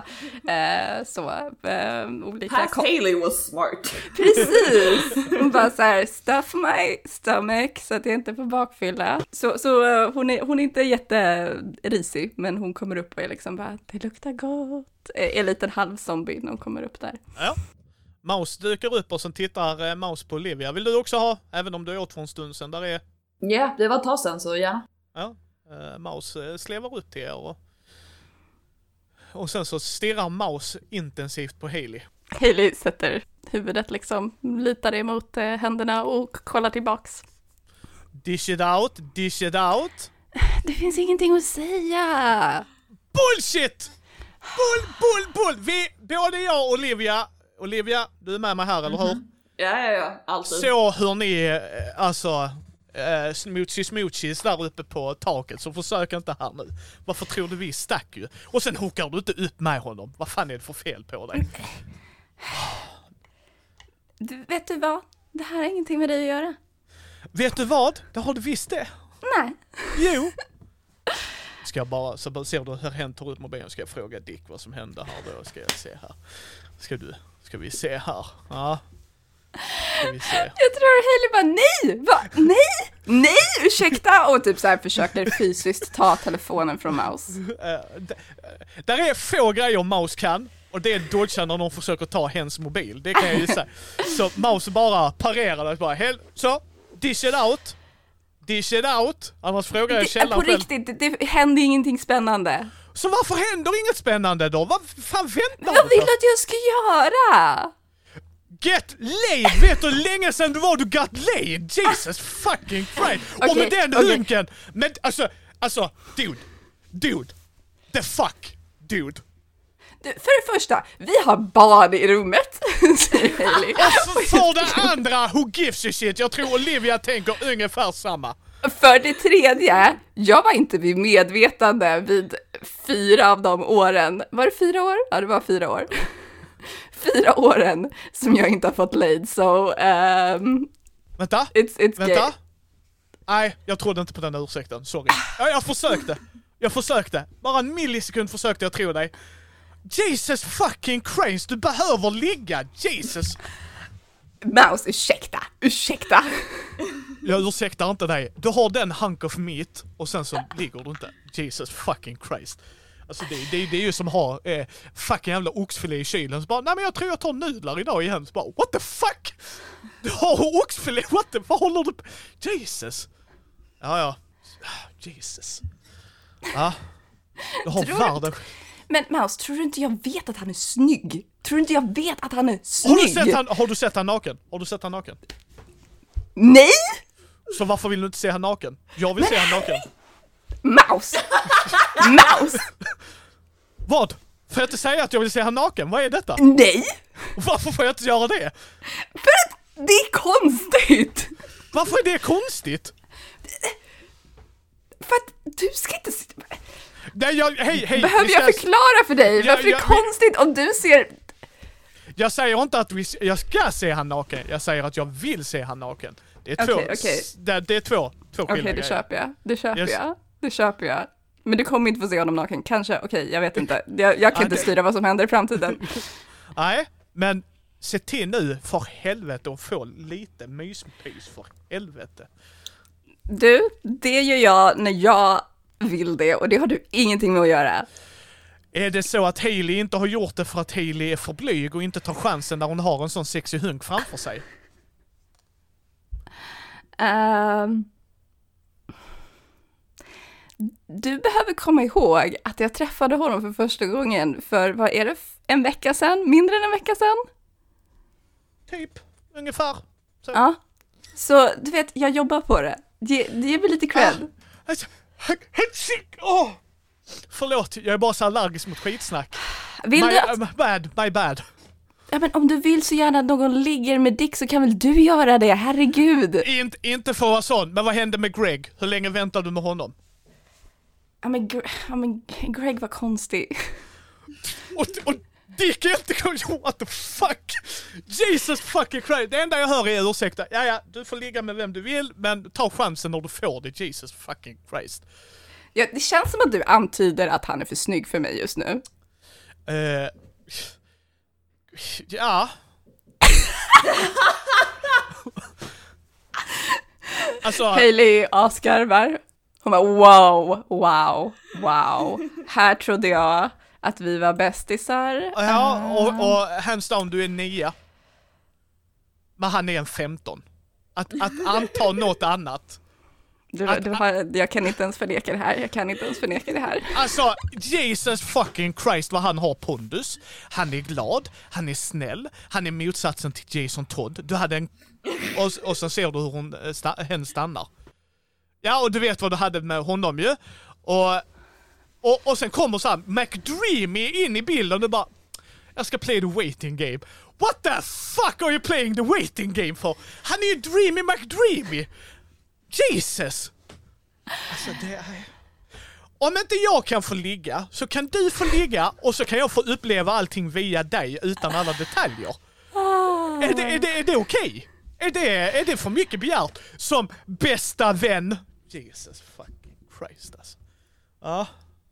olika... Past Hailey was smart. Precis! Hon bara så här, stuff my stomach så att jag inte får bakfylla. Så hon är inte jätterisig, men hon kommer upp och är liksom bara, det luktar gott. Är en liten halvzombie när hon kommer upp där. Ja. Mouse dyker upp och sen tittar Mouse på Olivia. Vill du också ha, även om du åt för en stund sedan, där är... Ja, det var ett tag sedan så gärna. Ja, Mouse slevar upp till er och sen så stirrar Mouse intensivt på Hailey. Hailey sätter huvudet liksom, litar emot händerna och kollar tillbaks. Dish it out. Det finns ingenting att säga. Bullshit! Bull! Både jag och Olivia, du är med mig här, eller hur? Ja, alltid. Så hur ni, smoochies där uppe på taket, så försök inte här nu. Varför tror du vi stack ju? Och sen hookar du inte upp med honom. Vad fan är det för fel på dig? Vet du vad? Det här har ingenting med dig att göra. Vet du vad? Det har du visst det. Nej. Jo. Ska jag bara, så ser du hur hen tar ut mobilen, ska jag fråga Dick vad som hände här då. Ska jag se här. Ska vi se här. Ja. Ska vi se. Jag tror Hailey bara, nej, ursäkta. Och typ så här försöker fysiskt ta telefonen från Mouse. Där är få grejer Mouse kan. Och det är dodga när någon försöker ta hens mobil. Det kan jag ju säga. Så Mouse bara parerar det. Bara, så, dish it out. Annars frågar jag källaren på riktigt, det händer ingenting spännande. Så varför händer inget spännande då? Vad fan väntar du? Vad vill du att jag ska göra? Get laid! Vet du hur länge sedan du got laid? Jesus fucking Christ! Okay, och med den hunken! Men alltså, dude. The fuck, dude. För det första, vi har barn i rummet, säger Hailey. Och för det andra, who gives a shit? Jag tror Olivia tänker ungefär samma. För det tredje, jag var inte vid medvetande vid 4 av de åren. Var det 4 år? Ja, det var 4 år. 4 åren som jag inte har fått laid, så... Vänta? It's Vänta? gay. Nej, jag trodde inte på den ursäkten, sorry. Jag försökte. Bara en millisekund försökte jag tro dig. Jesus fucking Christ, du behöver ligga, Jesus! Mouse, ursäkta. Jag ursäktar inte dig. Du har den hunk of meat och sen så ligger du inte. Jesus fucking Christ. Alltså det är ju som att ha fucking jävla oxfilé i kylen. Så bara, nej men jag tror jag tar nudlar idag igen. Så bara, what the fuck? Du har oxfilé, vad håller du på? Jesus. Ja. Jesus. Ja. Du har världen. Men Mouse, tror du inte jag vet att han är snygg? Har du sett han naken? Nej! Så varför vill du inte se han naken? Jag vill se han naken. Mouse! Mouse! Vad? Får jag inte säga att jag vill se han naken? Vad är detta? Nej! Varför får jag inte göra det? För att det är konstigt! Varför är det konstigt? För att du ska inte... Nej, hej, Behöver jag förklara för dig varför det är konstigt om du ser... Jag säger inte att jag ska se han naken. Jag säger att jag vill se han naken. Det är Okej. Det är två skilda Okej, grejer. det köper jag. Men du kommer inte få se honom naken. Kanske, jag vet inte. Jag kan inte styra vad som händer i framtiden. Nej, men se till nu för helvete och få lite myspys för helvete. Du, det gör jag när jag vill det och det har du ingenting med att göra. Är det så att Hailey inte har gjort det för att Hailey är för blyg och inte tar chansen när hon har en sån sexig hunk framför sig? Du behöver komma ihåg att jag träffade honom för första gången för, vad är det, en vecka sedan? Mindre än en vecka sedan? Typ, ungefär. Så. Ja, så du vet, jag jobbar på det. Ge mig lite cred. Förlåt, jag är bara så allergisk mot skitsnack. My bad. Ja, men om du vill så gärna att någon ligger med Dick så kan väl du göra det, herregud. Inte för att vara sån, men vad hände med Greg? Hur länge väntade du med honom? Ja men Greg var konstig. Och Dick är inte... What the fuck? Jesus fucking Christ. Det enda jag hör är ursäkta. Ja, du får ligga med vem du vill, men ta chansen när du får det. Jesus fucking Christ. Ja, det känns som att du antyder att han är för snygg för mig just nu. Ja. Alltså... Hailey asgarvar. Hon bara wow. Här trodde jag att vi var bästisar. Ja, och hands down, du är 9. Men han är en 15. Att anta något annat. Jag kan inte ens förneka det här. Alltså, Jesus fucking Christ vad han har pondus. Han är glad, han är snäll, han är motsatsen till Jason Todd. Du hade en... Och så ser du hur hen stannar. Ja, och du vet vad du hade med honom ju. Och sen kommer så här McDreamy in i bilden och du bara... Jag ska play the waiting game. What the fuck are you playing the waiting game for? Han är ju Dreamy McDreamy. Jesus! Alltså det är... Om inte jag kan få ligga så kan du få ligga och så kan jag få uppleva allting via dig utan alla detaljer. Är det okej? Är det för mycket begärt som bästa vän? Jesus fucking Christ alltså. Ja.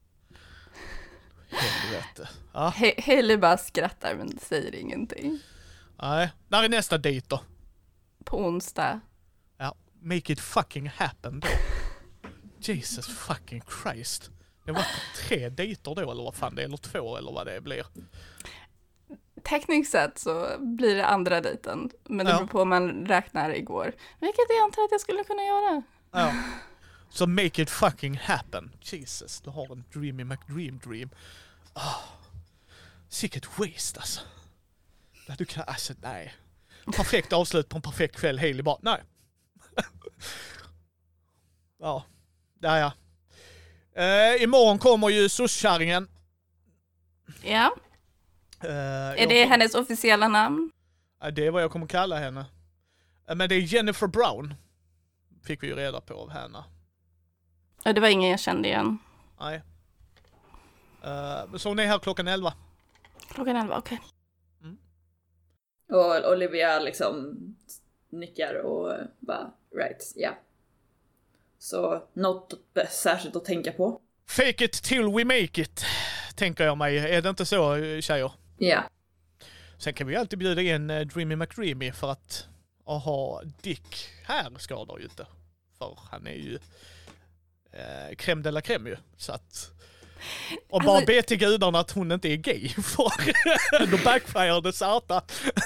Helvete. Ja. Hailey bara skrattar men säger ingenting. Nej. När är nästa dejt då? På onsdag. Ja. Make it fucking happen då. Jesus fucking Christ. Det var 3 dejter då eller vad fan det är, eller 2 eller vad det blir. Tekniskt sett så blir det andra dejten, men det beror på om man räknar igår. Vilket jag antar att jag skulle kunna göra. Ja. Så make it fucking happen. Jesus, du har en Dreamy McDream. Sicket waste alltså. Du kan, alltså nej. Perfekt avslut på en perfekt kväll, Hailey bara, nej. Ja. Imorgon kommer ju soskärringen. Ja. Är det hennes officiella namn? Det är vad jag kommer kalla henne. Men det är Jennifer Brown. Fick vi ju reda på av henne. Det var ingen jag kände igen. Nej. Så hon är här klockan 11. Klockan 11, okej. Och Olivia liksom nickar och bara, right, ja. Yeah. Så något särskilt att tänka på. Fake it till we make it, tänker jag mig. Är det inte så, tjejer? Ja. Yeah. Sen kan vi alltid bjuda in Dreamy McDreamy för att ha Dick här skadar ju inte. För han är ju crème de la crème ju. Så att... Och bara be till gudarna att hon inte är gay. För då backfire det sarta.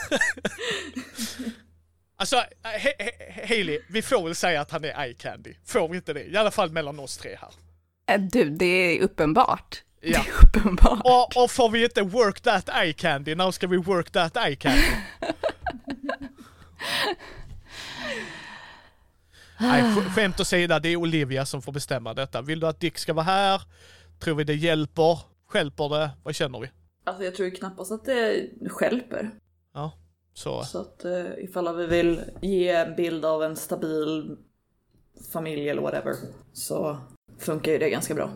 Alltså, Hailey, vi får väl säga att han är eye candy. Får vi inte det? I alla fall mellan oss 3 här. Du, det är uppenbart. Ja. Det är uppenbart. Och får vi inte work that eye candy? När ska vi work that eye candy? Nej, skämt åsida, det är Olivia som får bestämma detta. Vill du att Dick ska vara här? Tror vi det hjälper? Stjälper det? Vad känner vi? Alltså jag tror ju knappast att det stjälper. Ja, så. Så att ifall vi vill ge en bild av en stabil familj eller whatever, så funkar ju det ganska bra.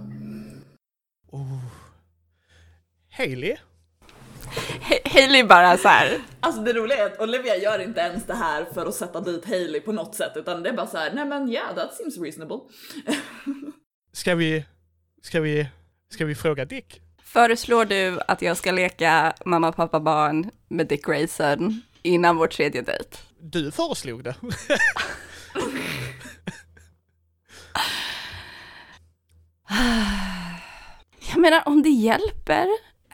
Hailey? Hailey bara så här. Alltså det roliga är att Olivia gör inte ens det här för att sätta dit Hailey på något sätt, utan det är bara så här: nej men yeah, that seems reasonable. Ska vi fråga Dick? Föreslår du att jag ska leka mamma, pappa, barn med Dick Grayson innan vår 3:e dejt? Du föreslog det. Jag menar, om det hjälper.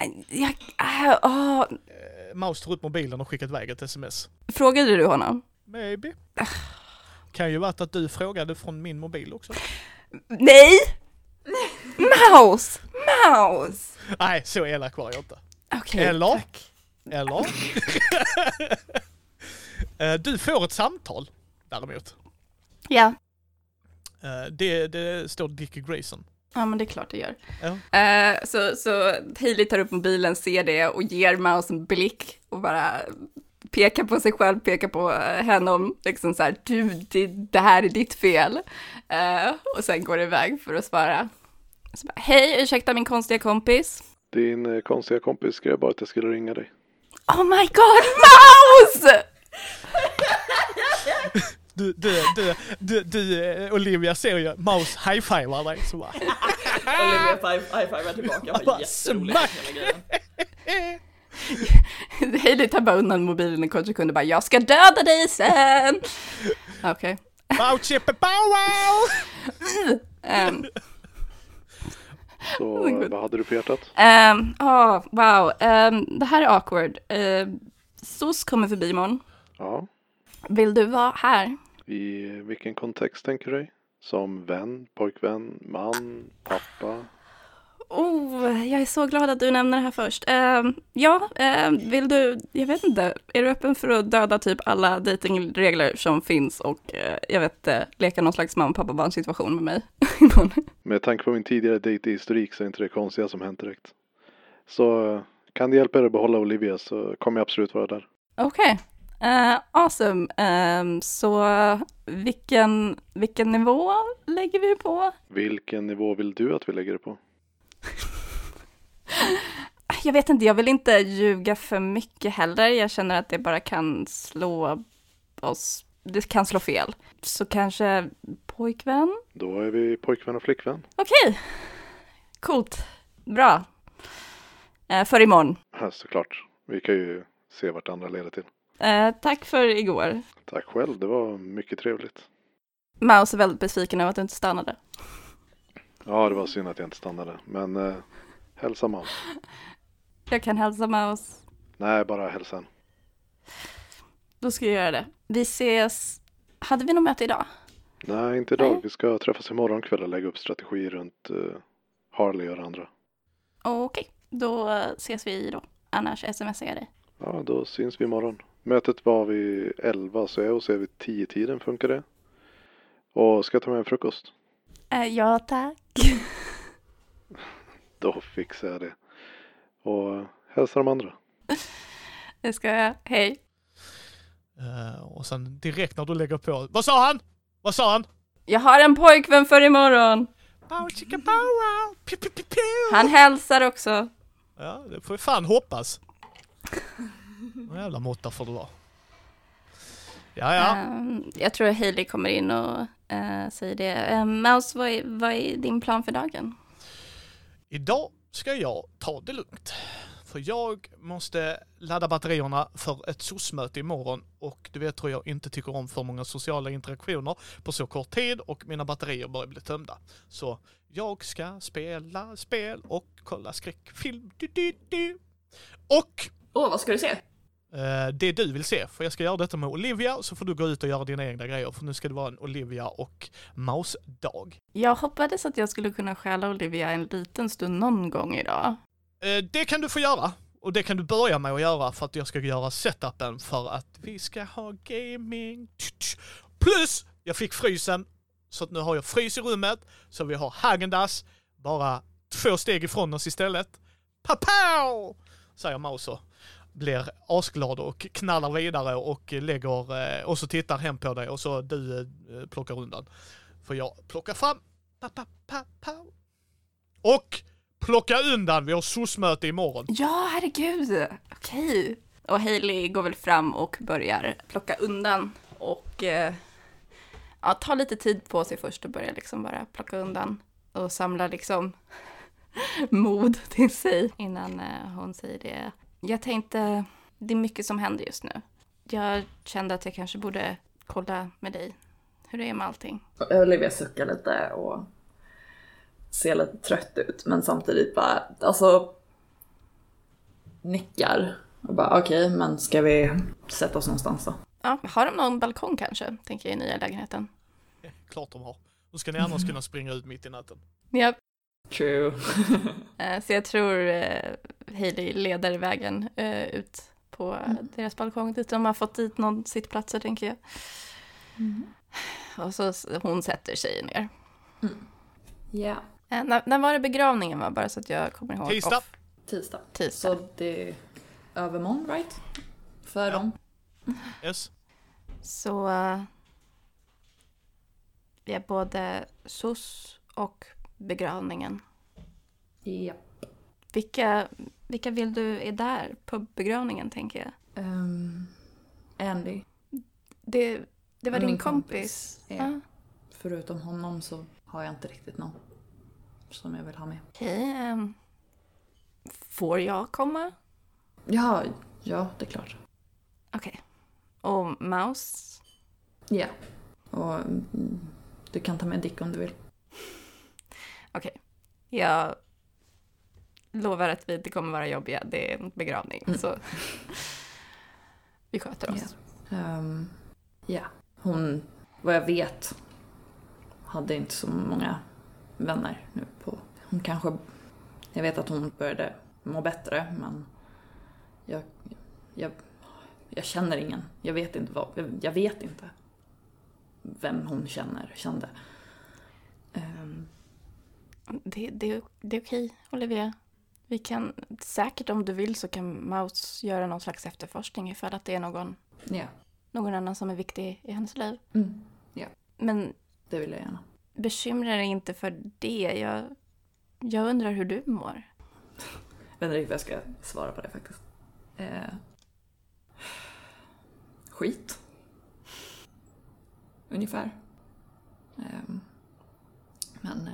Maus tar upp mobilen och skickar iväg ett sms. Frågade du honom? Maybe. Kan ju vara att du frågade från min mobil också. Nej! Maus! Nej, så elak var jag inte. Okej, Eller? tack. Eller? Du får ett samtal däremot. Ja. Det står Dick Grayson. Ja, men det är klart det gör. Ja. Så Hailey tar upp mobilen, ser det och ger Mouse en blick och bara pekar på sig själv, pekar på henne, liksom så här: det här är ditt fel. Och sen går det iväg för att svara. Så bara, hej, ursäkta min konstiga kompis. Din konstiga kompis skrev bara att jag skulle ringa dig. Oh my god, Mouse! Du Olivia ser ju Mouse high-fivar dig så bara. Olivia high-fivar tillbaka. Var jätteroligt. Hailey tar bara undan mobilen en kort sekund och bara, jag ska döda dig sen. Okej. Så vad hade du på hjärtat? Wow. Det här är awkward. SOS kommer förbi imorgon. Ja. Vill du vara här? I vilken kontext tänker du dig? Som vän, pojkvän, man, pappa? Jag är så glad att du nämner det här först. Vill du, jag vet inte, är du öppen för att döda typ alla datingregler som finns och leka någon slags mamma-pappa-barn situation med mig? Med tanke på min tidigare dejthistorik så är inte det konstiga som hänt direkt. Så kan det hjälpa er att behålla Olivia så kommer jag absolut vara där. Okej. Awesome. Så vilken nivå lägger vi på? Vilken nivå vill du att vi lägger det på? Jag vet inte, jag vill inte ljuga för mycket heller. Jag känner att det bara kan slå oss. Det kan slå fel. Så kanske pojkvän? Då är vi pojkvän och flickvän. Okej. Coolt. Bra. För imorgon. Ja, såklart. Vi kan ju se vart andra leder till. Tack för igår. Tack själv, det var mycket trevligt. Mouse är väldigt besviken över att du inte stannade. Ja, det var synd att jag inte stannade. Men hälsa Mouse. Jag kan hälsa Mouse. Nej, bara hälsan. Då ska jag göra det. Vi ses. Hade vi något möte idag? Nej, inte idag. Nej. Vi ska träffas imorgon kväll och lägga upp strategi runt Harley och andra. Okej, då ses vi då. Annars smsar jag dig. Ja, då syns vi imorgon. Mötet var vid 11 så jag och ser vid 10-tiden, funkar det? Och ska jag ta med en frukost? Ja, tack. Då fixar jag det. Och hälsa de andra. Det ska jag. Hej. Och sen direkt när du lägger på. Vad sa han? Jag har en pojkvän för imorgon. Han hälsar också. Ja, det får vi fan hoppas. Jävla måtta får det vara. Ja. Jag tror Hailey kommer in och säger det. Mouse, vad är din plan för dagen? Idag ska jag ta det lugnt. För jag måste ladda batterierna för ett SOS-möte imorgon. Och du vet tror jag inte tycker om för många sociala interaktioner på så kort tid. Och mina batterier börjar bli tömda. Så jag ska spela spel och kolla skräckfilm. Och... vad ska du se? Det du vill se. För jag ska göra detta med Olivia. Så får du gå ut och göra dina egna grejer. För nu ska det vara en Olivia och Mouse-dag. Jag hoppades att jag skulle kunna stjäla Olivia en liten stund någon gång idag. Det kan du få göra. Och det kan du börja med att göra för att jag ska göra setupen för att vi ska ha gaming. Plus Jag fick frysen, så att nu har jag frys i rummet. Så vi har Häagen-Dazs bara 2 steg ifrån oss istället. Papow! Säger Mouse och blir asglad och knallar vidare och lägger och så tittar hem på dig och så du plockar undan. För jag plockar fram och plocka undan. Vi har SOS-möte imorgon. Ja, herregud. Okej. Och Hailey går väl fram och börjar plocka undan och tar lite tid på sig först och börjar liksom bara plocka undan och samla liksom mod till sig innan hon säger det. Jag tänkte, det är mycket som händer just nu. Jag kände att jag kanske borde kolla med dig hur det är med allting. Olivia suckar lite och ser lite trött ut, men samtidigt bara, alltså nickar och bara okej, men ska vi sätta oss någonstans då? Ja, har de någon balkong kanske, tänker jag, i nya lägenheten? Klart de har. Hur ska ni annars kunna springa ut mitt i natten? Ja. True. Så jag tror Hailey leder vägen ut på deras balkong dit de har fått dit någon sittplatser, tänker jag. Och så hon sätter sig ner. Ja. När var det begravningen, var bara så att jag kommer ihåg? Tisdag. Tisdag. Så det är övermorgon, right? För dem. Yes. Så vi är både SOS och begravningen. Ja. Vilka vill du är där på begravningen, tänker jag? Andy. Det var Min din kompis. Ja. Förutom honom så har jag inte riktigt någon som jag vill ha med. Okej. Får jag komma? Ja, det är klart. Okej. Och Mouse? Ja. Och du kan ta med Dick om du vill. Okej. Jag lovar att vi inte kommer vara jobbiga. Det är en begravning. Så vi sköter oss. Ja. Hon, vad jag vet, hade inte så många vänner nu på. Hon kanske, jag vet att hon började må bättre, men jag känner ingen. Jag vet inte vem hon kände. Det är okej, Olivia. Vi kan säkert, om du vill, så kan Mouse göra någon slags efterforskning ifall att det är någon annan som är viktig i hennes liv. Ja. Men Det vill jag gärna. bekymra dig inte för det. Jag undrar hur du mår. Jag vet inte riktigt vad jag ska svara på det faktiskt. Skit. Ungefär. Men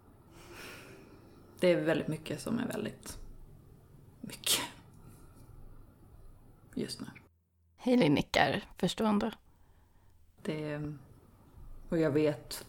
det är väldigt mycket som är väldigt mycket just nu. Hailey nickar förstående. Och jag vet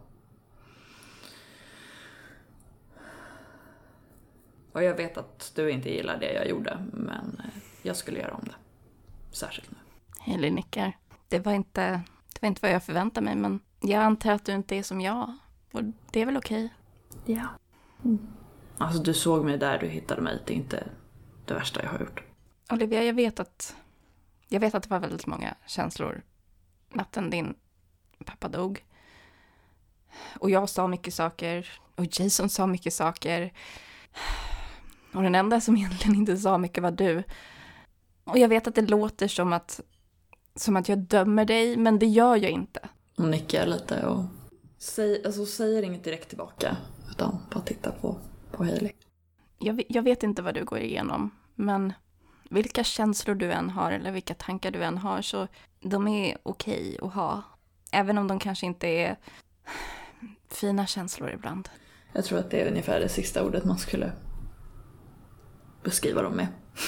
och jag vet att du inte gillar det jag gjorde, men jag skulle göra om det. Särskilt nu. Hailey nickar. Det var inte vad jag förväntade mig, men jag antar att du inte är som jag. Och det är väl okej? Ja. Alltså du såg mig där du hittade mig. Det är inte det värsta jag har gjort. Olivia, jag vet att det var väldigt många känslor natten din pappa dog. Och jag sa mycket saker. Och Jason sa mycket saker. Och den enda som egentligen inte sa mycket var du. Och jag vet att det låter som att jag dömer dig, men det gör jag inte. Hon nickar lite och säger inget direkt tillbaka, utan bara tittar på Hailey. Jag vet inte vad du går igenom, men vilka känslor du än har eller vilka tankar du än har, så de är okej att ha. Även om de kanske inte är fina känslor ibland. Jag tror att det är ungefär det sista ordet man skulle beskriva dem med.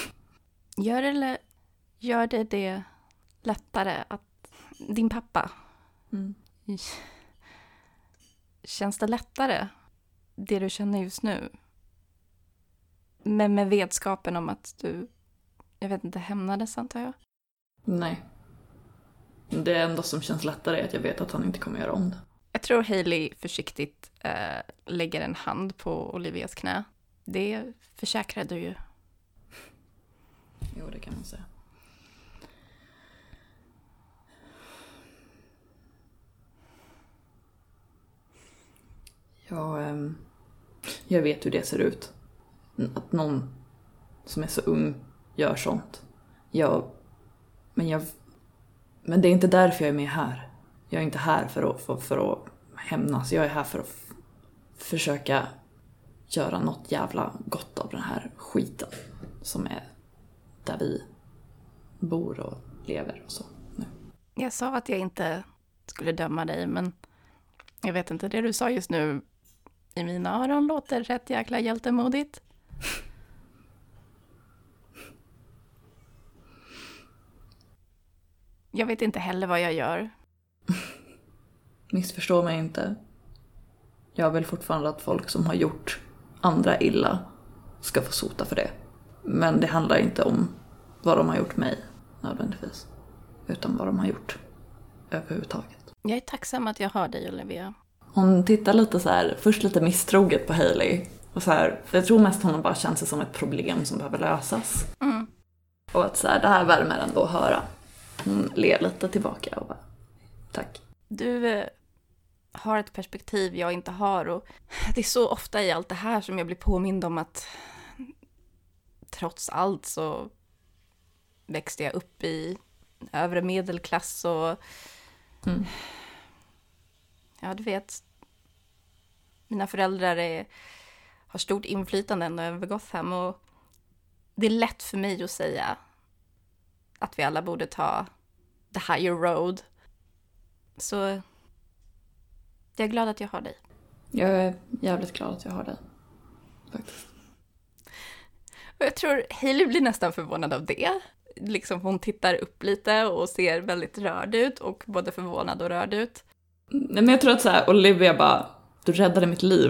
Gör det lättare att din pappa... Känns det lättare, det du känner just nu? Men med vetskapen om att du, jag vet inte, hämnades, antar jag? Nej. Det enda som känns lättare är att jag vet att han inte kommer göra om det. Jag tror Hailey försiktigt lägger en hand på Olivias knä. Det försäkrar du ju. Jo, det kan man säga. Jag vet hur det ser ut. Att någon som är så ung gör sånt. Men det är inte därför jag är med här. Jag är inte här för att hämnas. Jag är här för att försöka göra något jävla gott av den här skiten som är där vi bor och lever och så nu. Jag sa att jag inte skulle döma dig, men jag vet inte, det du sa just nu i mina öron låter rätt jäkla hjältemodigt. Jag vet inte heller vad jag gör. Missförstå mig inte. Jag vill fortfarande att folk som har gjort andra illa ska få sota för det. Men det handlar inte om vad de har gjort mig nödvändigtvis. Utan vad de har gjort överhuvudtaget. Jag är tacksam att jag har dig, Olivia. Hon tittar lite så här, först lite misstroget på Hailey. Och så här, för jag tror mest hon bara känner sig som ett problem som behöver lösas. Mm. Och att så här, det här värmer ändå att höra. Hon ler lite tillbaka och bara, tack. Du har ett perspektiv jag inte har, och det är så ofta i allt det här som jag blir påmind om att trots allt så växte jag upp i övre medelklass och ja, du vet, mina föräldrar har stort inflytande ändå över Gotham, och det är lätt för mig att säga att vi alla borde ta the higher road. Så jag är glad att jag har dig. Jag är jävligt glad att jag har dig. Faktiskt. Och jag tror Hailey blir nästan förvånad av det. Liksom hon tittar upp lite och ser väldigt rörd ut, och både förvånad och rörd ut. Nej, men jag tror att så här, Olivia bara, du räddade mitt liv.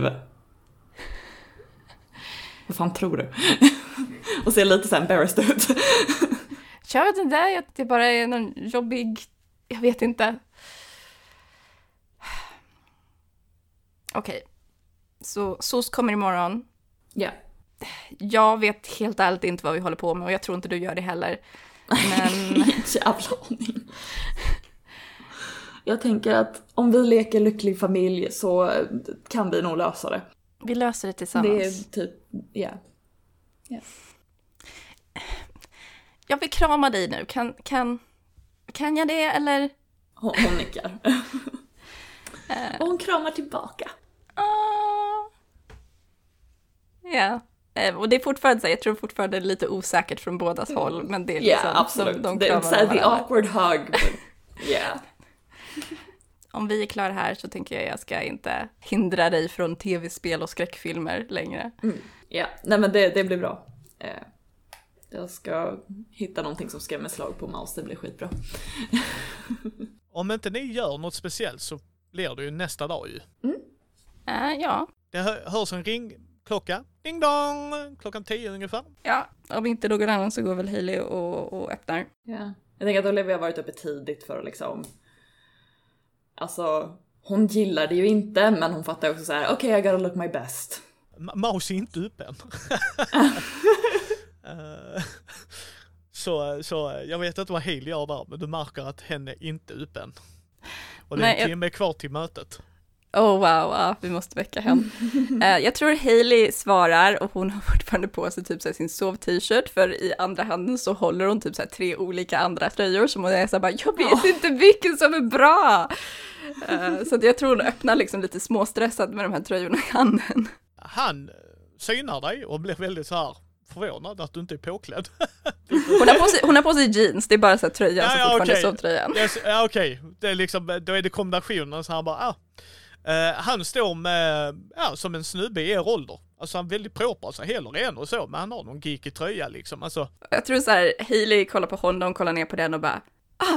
Vad fan tror du? Och ser lite så här embarrassed ut. Jag vet inte, att det bara är någon jobbig, jag vet inte. Okej. Så SOS kommer imorgon. Ja. Jag vet helt ärligt inte vad vi håller på med, och jag tror inte du gör det heller. Men jävla aning. Jag tänker att om vi leker lycklig familj så kan vi nog lösa det. vi löser det tillsammans. Det är typ, ja. Yeah. Jag vill krama dig nu. Kan jag det, eller? Hon nickar. Och hon kramar tillbaka. Ja. Och det är fortfarande så, jag tror fortfarande det är lite osäkert från bådas håll, men det är liksom, absolut. De det är så the awkward hug. Yeah. Om vi är klara här så tänker jag ska inte hindra dig från tv-spel och skräckfilmer längre. Ja, nej men det blir bra. Jag ska hitta någonting som skrämmer slag på Mouse, det blir skitbra. Om inte ni gör något speciellt så blir det ju nästa dag ju. Ja. Det hörs en ringklocka. Ding dong! 10:00 ungefär. Ja, om inte någon annan så går väl Hailey och öppnar. Ja. Jag tänker att Olivia har varit uppe tidigt för att liksom... Alltså, hon gillar det ju inte, men hon fattar också så här: okej, I gotta look my best. Mouse är inte öppen. Så jag vet inte vad Hailey gör där, men du märker att henne är inte öppen. Och det är en timme kvar till mötet. Oh wow, vi måste väcka henne. Jag tror Hailey svarar, och hon har fortfarande på sig typ så här sin sov-t-shirt, för i andra handen så håller hon typ så här 3 olika andra tröjor som hon är så här bara, jag vet inte vilken som är bra. Så att jag tror hon öppnar liksom lite småstressad med de här tröjorna i handen. Han synar dig och blir väldigt så här förvånad att du inte är påklädd. Hon har på sig jeans, det är bara så här tröjan som fortfarande är sovtröjan. Ja, okej. Det är liksom, då är det kombinationen så han bara, han står med, som en snubbe i er ålder. Alltså han är väldigt proper, så heller en och så, men han har någon geekig tröja liksom. Alltså. Jag tror så här, Hailey kollar på honom, kollar ner på den och bara,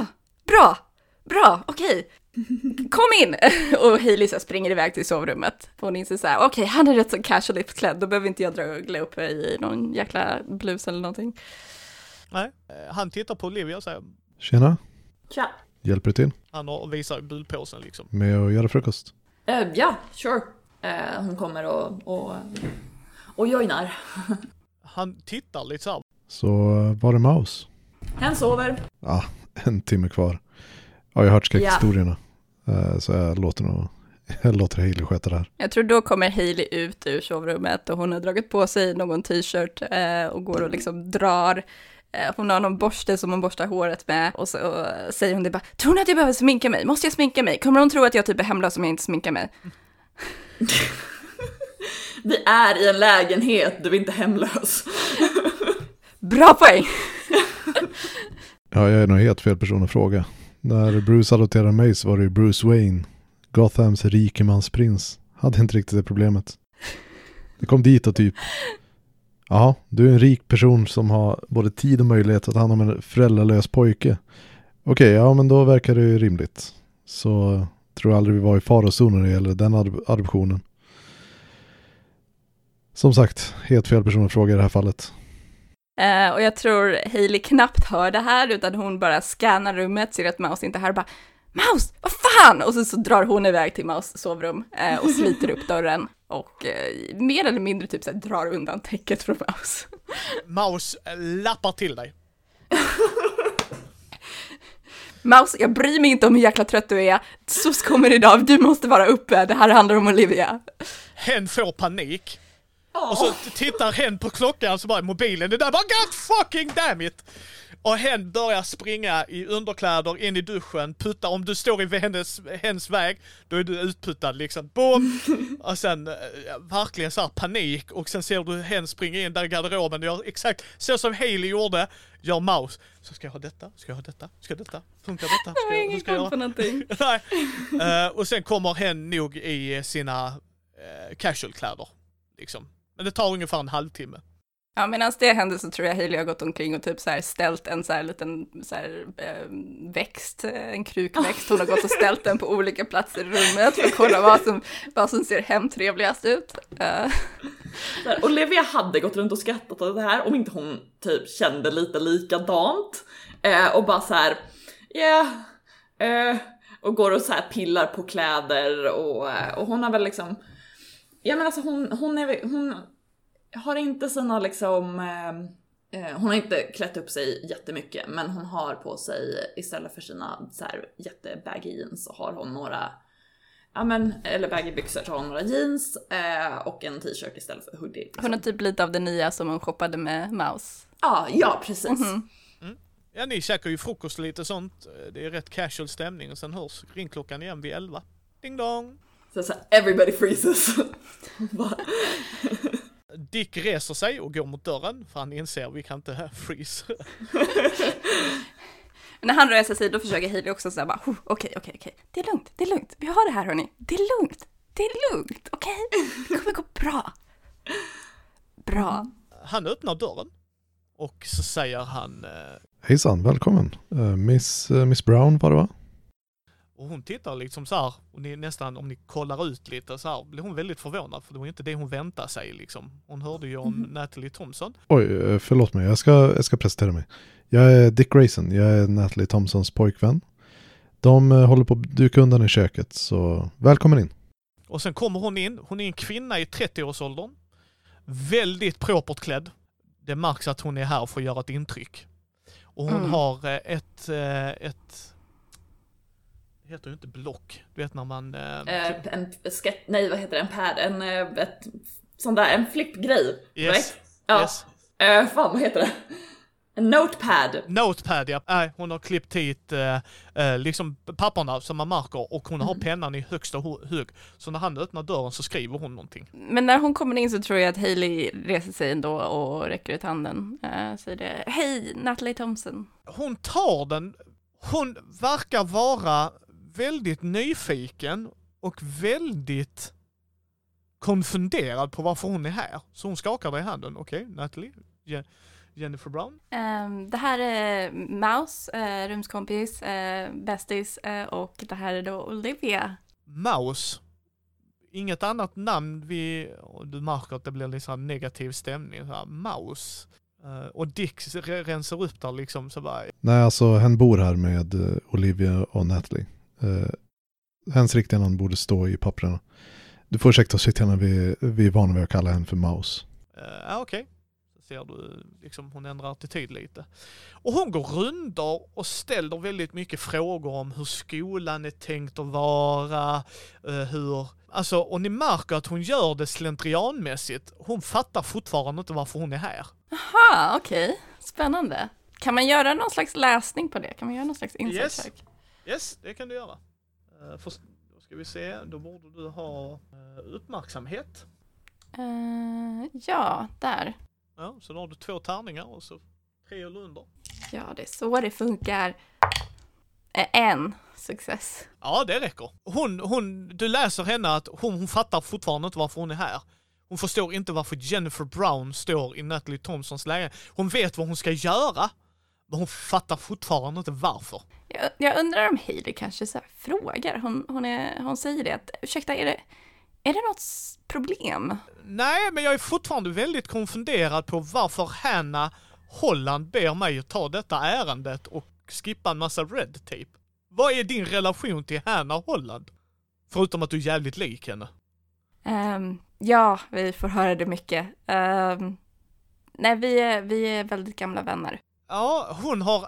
bra, okej. Kom in! Och Hailey så springer iväg till sovrummet. Hon inser så här, okej, han är rätt så casual klädd, då behöver inte jag dra upp i någon jäkla blus eller någonting. Nej, han tittar på Olivia och säger, tjena. Tja. Hjälper du till? Han visar bulpåsen liksom. Med att göra frukost? Ja, sure. Hon kommer och joinar. Han tittar lite så här. Så var är Mouse? Han sover. Ja, 1 timme kvar. Ja, jag har hört skräckhistorierna. Så jag låter nog Jag låter Hailey sköta det här. Jag tror då kommer Hailey ut ur sovrummet och hon har dragit på sig någon t-shirt och går och liksom drar. Hon har någon borste som hon borstar håret med och så säger hon det bara, tror ni att jag behöver sminka mig? Måste jag sminka mig? Kommer hon tro att jag typ är hemlös om jag inte sminkar mig? Vi är i en lägenhet, du är inte hemlös. Bra poäng! Ja, jag är nog helt fel person att fråga. När Bruce adopterade mig så var det ju Bruce Wayne, Gothams rikemansprins. Hade inte riktigt det problemet. Det kom dit och typ, ja, du är en rik person som har både tid och möjlighet att ta hand om en föräldralös pojke. Okej, ja men då verkar det ju rimligt. Så tror jag aldrig vi var i farozonen när det gäller den adoptionen. Som sagt, helt fel person att fråga i det här fallet. Och jag tror Hailey knappt hör det här utan hon bara scannar rummet, ser att Mouse inte är här och bara Mouse, vad fan! Och så drar hon iväg till Mouse sovrum och sliter upp dörren och mer eller mindre typ så här, drar undan täcket från Mouse. Mouse lappar till dig. Mouse, jag bryr mig inte om hur jäkla trött du är. SOS kommer idag, du måste vara uppe. Det här handlar om Olivia. Hen får panik. Och så tittar hen på klockan så bara mobilen. Det där bara God fucking damn it. Och hen börjar springa i underkläder in i duschen. Putta, om du står i hens väg, då är du utputtad liksom. Boom! Och sen verkligen så här panik. Och sen ser du hen springa in där i garderoben. Och gör exakt så som Hailey gjorde. Gör Mouse. Så ska jag ha detta? Ska jag ha detta? Ska detta? Funkar detta? Jag har ingen koll på någonting. Nej. Och sen kommer hen nog i sina casual-kläder. Liksom. Men det tar ungefär en halvtimme. Ja, medan det händer så tror jag Hailey har gått omkring och typ så här ställt en så här liten så här, växt, en krukväxt. Hon har gått och ställt den på olika platser i rummet för att kolla vad som ser hemtrevligast ut. Olivia hade gått runt och skrattat åt det här om inte hon typ kände lite likadant. Och bara så här, och går och så här pillar på kläder och hon har väl liksom, ja men alltså hon har inte sina liksom, hon har inte klätt upp sig jättemycket, men hon har på sig istället för sina så här jättebaggy jeans så har hon några, ja men, eller baggy byxor så har hon några jeans och en t-shirt istället för hoodie. Liksom. Hon har typ lite av det nya som hon shoppade med Mouse. Ja, precis. Mm-hmm. Ja, ni käkar ju frukost och lite sånt. Det är rätt casual stämning och sen hörs ringklockan igen vid 11. Ding dong! Så everybody freezes. Dick reser sig och går mot dörren för han inser vi kan inte freeze. När han reser sig då försöker Hailey också säga bara okej. Det är lugnt. Vi har det här hörni. Det är lugnt. Okej? Det kommer gå bra. Bra. Han öppnar dörren och så säger han Hejsan, välkommen. Miss Brown var det va? och hon tittar liksom så här och ni nästan, om ni kollar ut lite så här, blir hon väldigt förvånad för det var inte det hon väntade sig liksom. Hon hörde ju om Natalie Thompson. Oj, förlåt mig. Jag ska presentera mig. Jag är Dick Grayson. Jag är Natalie Thompsons pojkvän. De håller på att duka undan i köket, så välkommen in. Och sen kommer hon in. Hon är en kvinna i 30-årsåldern. Väldigt propert klädd. Det märks att hon är här för att göra ett intryck. Och hon har ett det heter ju inte block. Du vet när man vad heter det? En pad, en flippgrej. Yes. Right? Ja. Yes. Fan, vad heter det? En notepad. Notepad, ja. Hon har klippt hit liksom papperna som man märker och hon har pennan i högsta hugg. Så när han öppnar dörren så skriver hon någonting. Men när hon kommer in så tror jag att Hailey reser sig ändå och räcker ut handen. Säger det, hej Natalie Thompson. Hon tar den. Hon verkar vara väldigt nyfiken och väldigt konfunderad på varför hon är här. Så hon skakar dig i handen. Okej, Natalie. Jennifer Brown. Det här är Mouse, rumskompis, bästis och det här är då Olivia. Mouse. Inget annat namn du märker att det blir liksom negativ stämning. Så här, Mouse. Och Dick rensar upp där liksom så bara. Nej, alltså hen bor här med Olivia och Natalie. Hens riktiga namn borde stå i papperna. Du får ursäkta oss lite när vi är vana vid att kalla henne för Mouse. Okej. ser du liksom hon ändrar attityd lite. Och hon går rundor och ställer väldigt mycket frågor om hur skolan är tänkt att vara, och ni märker att hon gör det slentrianmässigt. Hon fattar fortfarande inte varför hon är här. Aha, okej. Spännande. Kan man göra någon slags läsning på det? Kan man göra någon slags insight check? Yes, det kan du göra. Då ska vi se, då borde du ha uppmärksamhet. Ja, där. Ja, så då har du 2 tärningar och så 3 eller under. Ja, det är så det funkar. En success. Ja, det räcker. Du läser henne att hon fattar fortfarande inte varför hon är här. Hon förstår inte varför Jennifer Brown står i Natalie Thompsons läge. Hon vet vad hon ska göra, men hon fattar fortfarande inte varför. Jag undrar om Hailey kanske så här frågar. Hon säger det att, ursäkta, är det något problem? Nej, men jag är fortfarande väldigt konfunderad på varför Hannah Holland ber mig att ta detta ärendet och skippa en massa red tape. Vad är din relation till Hannah Holland? Förutom att du är jävligt lik henne. Ja, vi får höra det mycket. Nej, vi är väldigt gamla vänner. Ja, hon har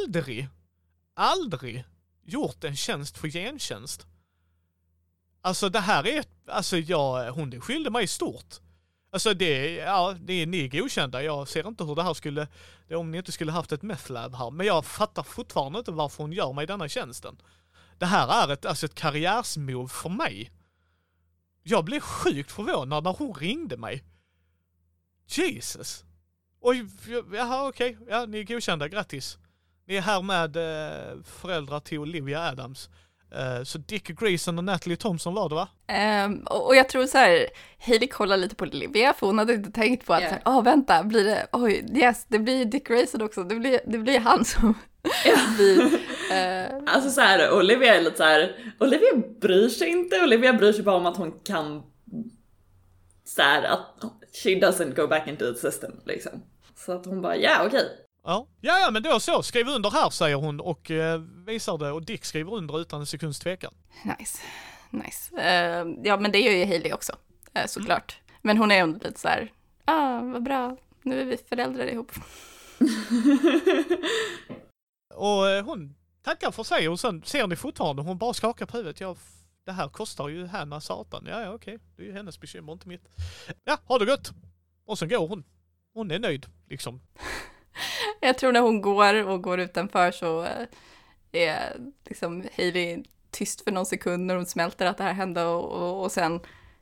aldrig gjort en tjänst för gentjänst. Alltså det här är, hon skyllde mig stort. Alltså ni är godkända. Jag ser inte hur det här skulle, om ni inte skulle haft ett meth lab här. Men jag fattar fortfarande inte varför hon gör mig denna tjänsten. Det här är ett karriärsmove för mig. Jag blev sjukt förvånad när hon ringde mig. Jesus. Oj, jaha okej. Ja, ni är godkända, grattis. Ni är här med föräldrar till Olivia Adams. Så Dick Grayson och Natalie Thompson var det, va? Och jag tror så här, Hailey kollar lite på Olivia, för hon hade inte tänkt på att vänta, blir det, det blir Dick Grayson också, det blir han som blir... Alltså så här, Olivia är lite så här, Olivia bryr sig inte, Olivia bryr sig bara om att hon kan så här, att she doesn't go back into the system, liksom. Så att hon bara, okej. Ja, men då så. Skriv under här, säger hon och visar det. Och Dick skriver under utan en sekunds tvekan. Nice. Ja, men det gör ju Hailey också, såklart. Men hon är ändå lite så här, vad bra. Nu är vi föräldrar ihop. Och hon tackar för sig och sen ser ni fortfarande, hon bara skakar på huvudet. Det här kostar ju henne satan. Ja, okej. Det är ju hennes bekymmer, inte mitt. Ja, ha det gott. Och sen går hon. Hon är nöjd, liksom. Jag tror när hon går utanför så är liksom Hailey tyst för någon sekund när hon smälter att det här hände och sen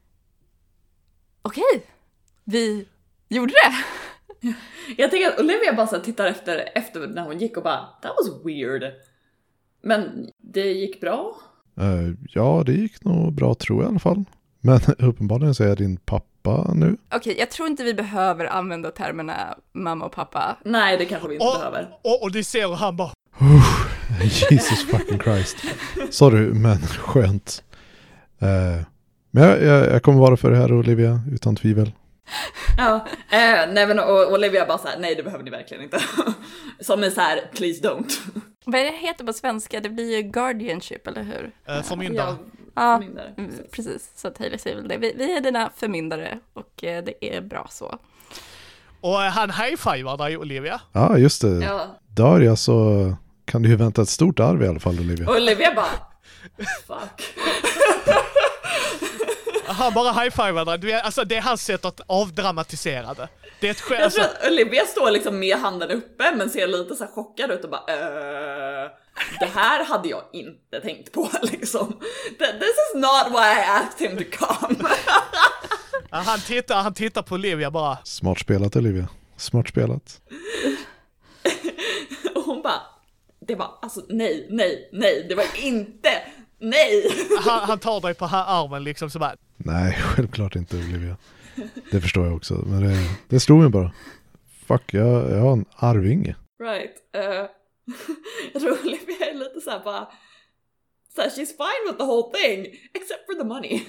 okej, vi gjorde det. Jag tänker att Olivia bara så tittar efter när hon gick och bara, that was weird. Men det gick bra? Ja, det gick nog bra tror jag i alla fall. Men uppenbarligen så är din pappa nu. Okej, jag tror inte vi behöver använda termerna mamma och pappa. Nej, det kanske vi inte behöver. Och det ser han bara... Jesus fucking Christ. Sorry, men skönt. Men jag kommer vara för det här, Olivia, utan tvivel. Ja, nej men Olivia bara så här, nej det behöver ni verkligen inte. Som är så här, please don't. Vad är det heter på svenska? Det blir ju guardianship, eller hur? Förmyndare. Ja, precis. Så att Hailey säger väl det. Vi är dina förmyndare och det är bra så. Och han high-fivar dig, Olivia. Ja, just det. Ja. Daria, så kan du ju vänta ett stort arv i alla fall, Olivia. Olivia bara, fuck. Han bara high-fivar dig. Alltså, det är hans sätt att avdramatisera det. Det är ett skäl. Jag tror att Olivia står liksom med handen uppe men ser lite så här chockad ut och bara det här hade jag inte tänkt på liksom. This is not why I asked him to come. Han tittar på Olivia bara. Smart spelat, Olivia. Smart spelat. Och hon bara, det var alltså nej, det var inte nej. Han tar dig på armen liksom så bara. Nej, självklart inte, Olivia. Det förstår jag också. Men det slog mig bara. Fuck, jag har en arvinge. Right. Jag tror Olivia är lite såhär bara, så she's fine with the whole thing except for the money.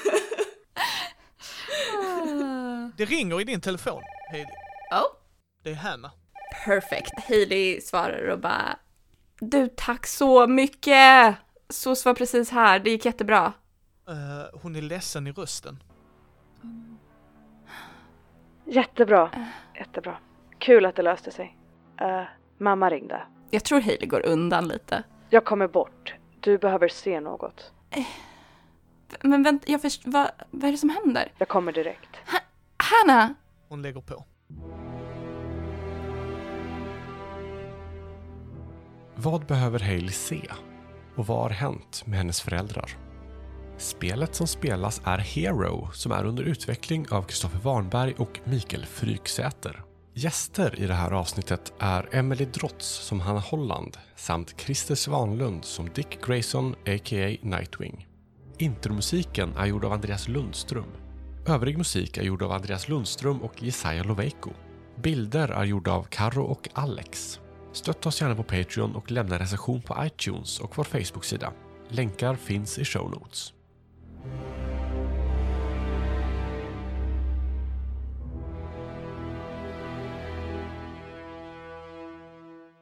Det ringer i din telefon, Hailey. Det är Hannah. Perfect. Hailey svarar och bara, du, tack så mycket. SOS var precis här, det gick jättebra. Hon är ledsen i rösten. Jättebra. Jättebra. Kul att det löste sig. Mamma ringde. Jag tror Hailey går undan lite. Jag kommer bort. Du behöver se något. Men vänta, vad är det som händer? Jag kommer direkt. Hannah! Hon lägger på. Vad behöver Hailey se? Och vad har hänt med hennes föräldrar? Spelet som spelas är Hero, som är under utveckling av Kristoffer Warnberg och Mikael Fryksäter. Gäster i det här avsnittet är Emily Drotz som Hanna Holland samt Christer Svanlund som Dick Grayson a.k.a. Nightwing. Intromusiken är gjord av Andreas Lundström. Övrig musik är gjord av Andreas Lundström och Jesaja Loveiko. Bilder är gjorda av Karo och Alex. Stötta oss gärna på Patreon och lämna recension på iTunes och vår Facebook-sida. Länkar finns i show notes.